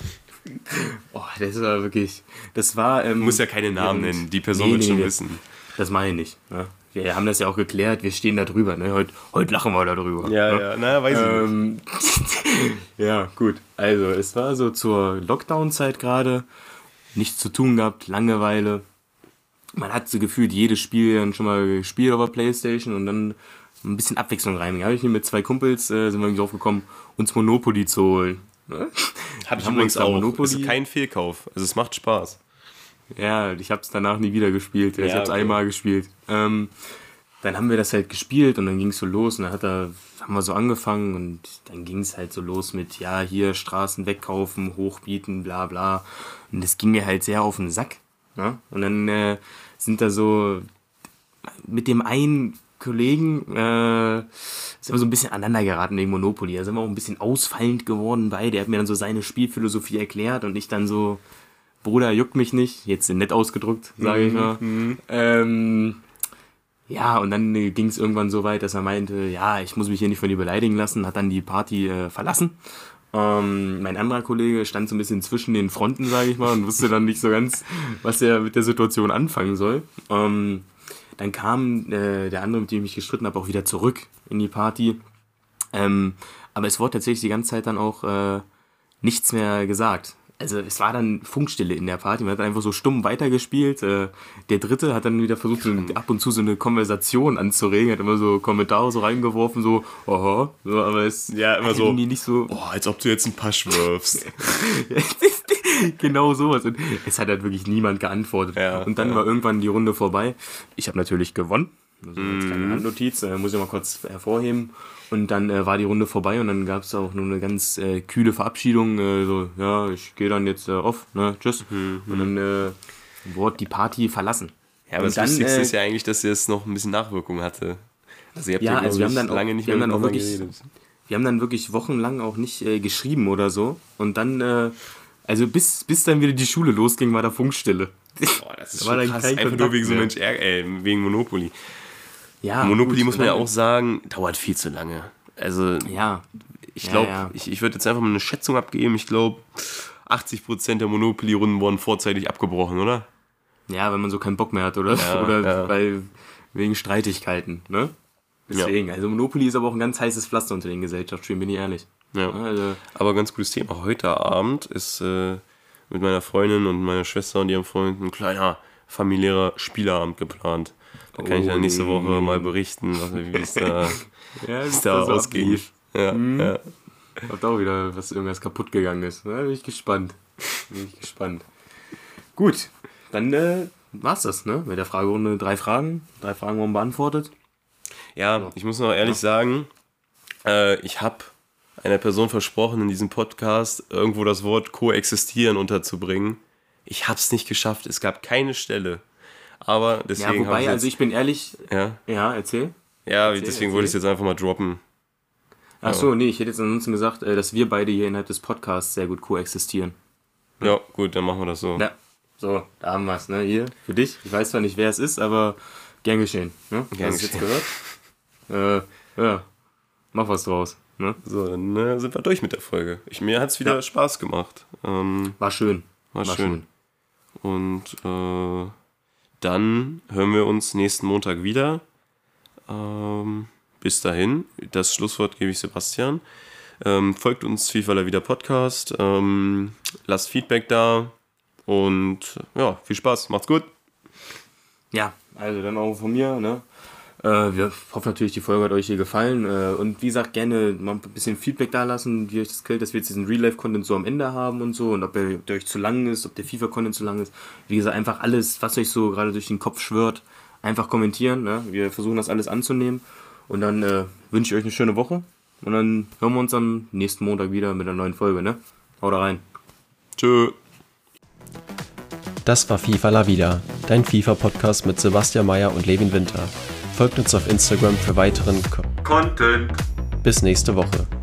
S2: Oh, das war wirklich... Das war... Ähm,
S3: du musst ja keine Namen
S2: ja,
S3: nennen, die Person
S2: nee,
S3: wird
S2: nee,
S3: schon
S2: nee.
S3: wissen.
S2: Das meine ich nicht. Ne? Wir haben das ja auch geklärt, wir stehen da drüber. Ne? Heute, heute lachen wir da drüber.
S3: Ja,
S2: ne?
S3: ja, naja, weiß
S2: ähm,
S3: ich nicht.
S2: Ja, gut. Also, es war so zur Lockdown-Zeit gerade. Nichts zu tun gehabt, Langeweile. Man hat so gefühlt jedes Spiel dann schon mal gespielt auf der Playstation und dann ein bisschen Abwechslung rein. Da habe ich mir mit zwei Kumpels, äh, sind wir irgendwie aufgekommen, uns Monopoly zu holen. Ne?
S3: Hab ich übrigens auch. Monopoly. Das ist kein Fehlkauf. Also es macht Spaß.
S2: Ja, ich habe es danach nie wieder gespielt. Ich
S3: ja,
S2: habe es
S3: okay.
S2: einmal gespielt. Ähm, dann haben wir das halt gespielt und dann ging es so los und dann hat er, haben wir so angefangen und dann ging es halt so los mit, ja, hier Straßen wegkaufen, hochbieten, bla bla. Und das ging mir halt sehr auf den Sack. Ne? Und dann äh, sind da so mit dem einen Kollegen äh, sind wir so ein bisschen aneinander geraten wegen Monopoly. Da sind wir auch ein bisschen ausfallend geworden bei. Der hat mir dann so seine Spielphilosophie erklärt und ich dann so, Bruder, juckt mich nicht. Jetzt nett ausgedrückt, sage ich mal.
S3: Mhm.
S2: Ähm, ja, und dann äh, ging es irgendwann so weit, dass er meinte, ja, ich muss mich hier nicht von dir beleidigen lassen, hat dann die Party äh, verlassen. Ähm, mein anderer Kollege stand so ein bisschen zwischen den Fronten, sage ich mal, und wusste dann nicht so ganz, was er mit der Situation anfangen soll. Ähm, dann kam äh, der andere, mit dem ich mich gestritten habe, auch wieder zurück in die Party. Ähm, aber es wurde tatsächlich die ganze Zeit dann auch äh, nichts mehr gesagt. Also es war dann Funkstille in der Party, man hat einfach so stumm weitergespielt. Äh, der Dritte hat dann wieder versucht, so ab und zu so eine Konversation anzuregen, hat immer so Kommentare so reingeworfen, so, aha, so, aber es
S3: Ja, immer so,
S2: irgendwie nicht so.
S3: boah, als ob du jetzt einen Pasch wirfst.
S2: Genau sowas. Und es hat halt wirklich niemand geantwortet.
S3: Ja,
S2: und dann
S3: ja.
S2: war irgendwann die Runde vorbei. Ich habe natürlich gewonnen. Also jetzt keine Handnotiz, äh, muss ich mal kurz hervorheben. Und dann äh, war die Runde vorbei und dann gab es auch nur eine ganz äh, kühle Verabschiedung. Äh, so, ja, ich gehe dann jetzt äh, off, ne, tschüss. Mhm. Und dann äh, wurde die Party verlassen.
S3: Ja, aber
S2: und
S3: das
S2: dann,
S3: Lustigste
S2: äh,
S3: ist ja eigentlich, dass es noch ein bisschen Nachwirkung hatte. Also ihr habt
S2: Ja,
S3: ja,
S2: also
S3: glaub
S2: wir haben
S3: ich,
S2: dann auch-
S3: lange nicht
S2: wir
S3: mehr
S2: haben dann auch
S3: miteinander
S2: wirklich-
S3: geredet.
S2: Wir haben dann wirklich wochenlang auch nicht äh, geschrieben oder so. Und dann, äh, also bis, bis dann wieder die Schule losging, war da Funkstille.
S3: Boah, das ist
S2: Da war
S3: schon
S2: dann
S3: krass.
S2: kein
S3: Einfach nur
S2: Kontakt
S3: wegen so
S2: mehr.
S3: Mensch, Ärger- äh, wegen Monopoly.
S2: Ja,
S3: Monopoly
S2: gut,
S3: muss man ja
S2: dann-
S3: auch sagen, dauert viel zu lange. Also
S2: Ja,
S3: ich
S2: Ja,
S3: glaube,
S2: ja.
S3: ich, ich würde jetzt einfach mal eine Schätzung abgeben. Ich glaube, achtzig Prozent der Monopoly-Runden wurden vorzeitig abgebrochen, oder?
S2: ja, wenn man so keinen Bock mehr hat, oder?
S3: Ja,
S2: oder
S3: ja.
S2: weil wegen Streitigkeiten, ne? Deswegen, also Monopoly ist aber auch ein ganz heißes Pflaster unter den Gesellschaftsspielen, bin ich ehrlich.
S3: Ja.
S2: Also,
S3: Aber ganz gutes Thema. Heute Abend ist äh, mit meiner Freundin und meiner Schwester und ihrem Freund ein kleiner familiärer Spieleabend geplant. Da kann ich dann nächste Woche mal berichten, was, wie es da,
S2: ja,
S3: wie
S2: wie
S3: es da
S2: so
S3: ausgeht.
S2: ablief.
S3: Ja, ja.
S2: Habt auch wieder, was irgendwas kaputt gegangen ist. Da bin ich gespannt. Bin ich gespannt. Gut, dann äh, war's das, ne? Mit der Fragerunde drei Fragen. Drei Fragen wurden beantwortet.
S3: Ja, ich muss noch ehrlich sagen, äh, ich habe einer Person versprochen, in diesem Podcast irgendwo das Wort koexistieren unterzubringen. Ich habe es nicht geschafft. Es gab keine Stelle. Aber
S2: Ja,
S3: deswegen habe
S2: wobei,
S3: ich
S2: also
S3: jetzt,
S2: ich bin ehrlich,
S3: ja,
S2: ja, erzähl.
S3: ja,
S2: Erzähl,
S3: deswegen wollte ich es
S2: erzähl.
S3: jetzt einfach mal droppen.
S2: Ach so, nee, ich hätte jetzt ansonsten gesagt, äh, dass wir beide hier innerhalb des Podcasts sehr gut koexistieren.
S3: Ja, gut, dann machen wir das so.
S2: Ja, so, da haben wir's, ne? Hier, für dich. Ich weiß zwar nicht, wer es ist, aber gern geschehen. Ne?
S3: Gern
S2: Hast du es jetzt gehört? Äh, ja, mach was draus. Ne?
S3: So, dann äh, sind wir durch mit der Folge. Ich, mir hat es wieder
S2: Ja.
S3: Spaß gemacht. Ähm,
S2: War schön.
S3: war, schön. Und äh, dann hören wir uns nächsten Montag wieder. Ähm, bis dahin, das Schlusswort gebe ich Sebastian. Ähm, folgt uns FIFA La Vida Podcast. Ähm, lasst Feedback da. Und ja, viel Spaß. Macht's gut.
S2: Ja, also dann auch von mir, ne? Äh, wir hoffen natürlich, die Folge hat euch hier gefallen. Äh, und wie gesagt, gerne mal ein bisschen Feedback da lassen, wie euch das gefällt, dass wir jetzt diesen Real-Life-Content so am Ende haben und so. Und ob der, ob der euch zu lang ist, ob der FIFA-Content zu lang ist. Wie gesagt, einfach alles, was euch so gerade durch den Kopf schwirrt, einfach kommentieren. Ne? Wir versuchen das alles anzunehmen. Und dann äh, wünsche ich euch eine schöne Woche. Und dann hören wir uns am nächsten Montag wieder mit einer neuen Folge. Ne? Haut rein.
S3: Tschö.
S1: Das war FIFA La Vida, dein FIFA-Podcast mit Sebastian Mayer und Levin Winter. Folgt uns auf Instagram für weiteren Co-
S2: Content.
S1: Bis nächste Woche.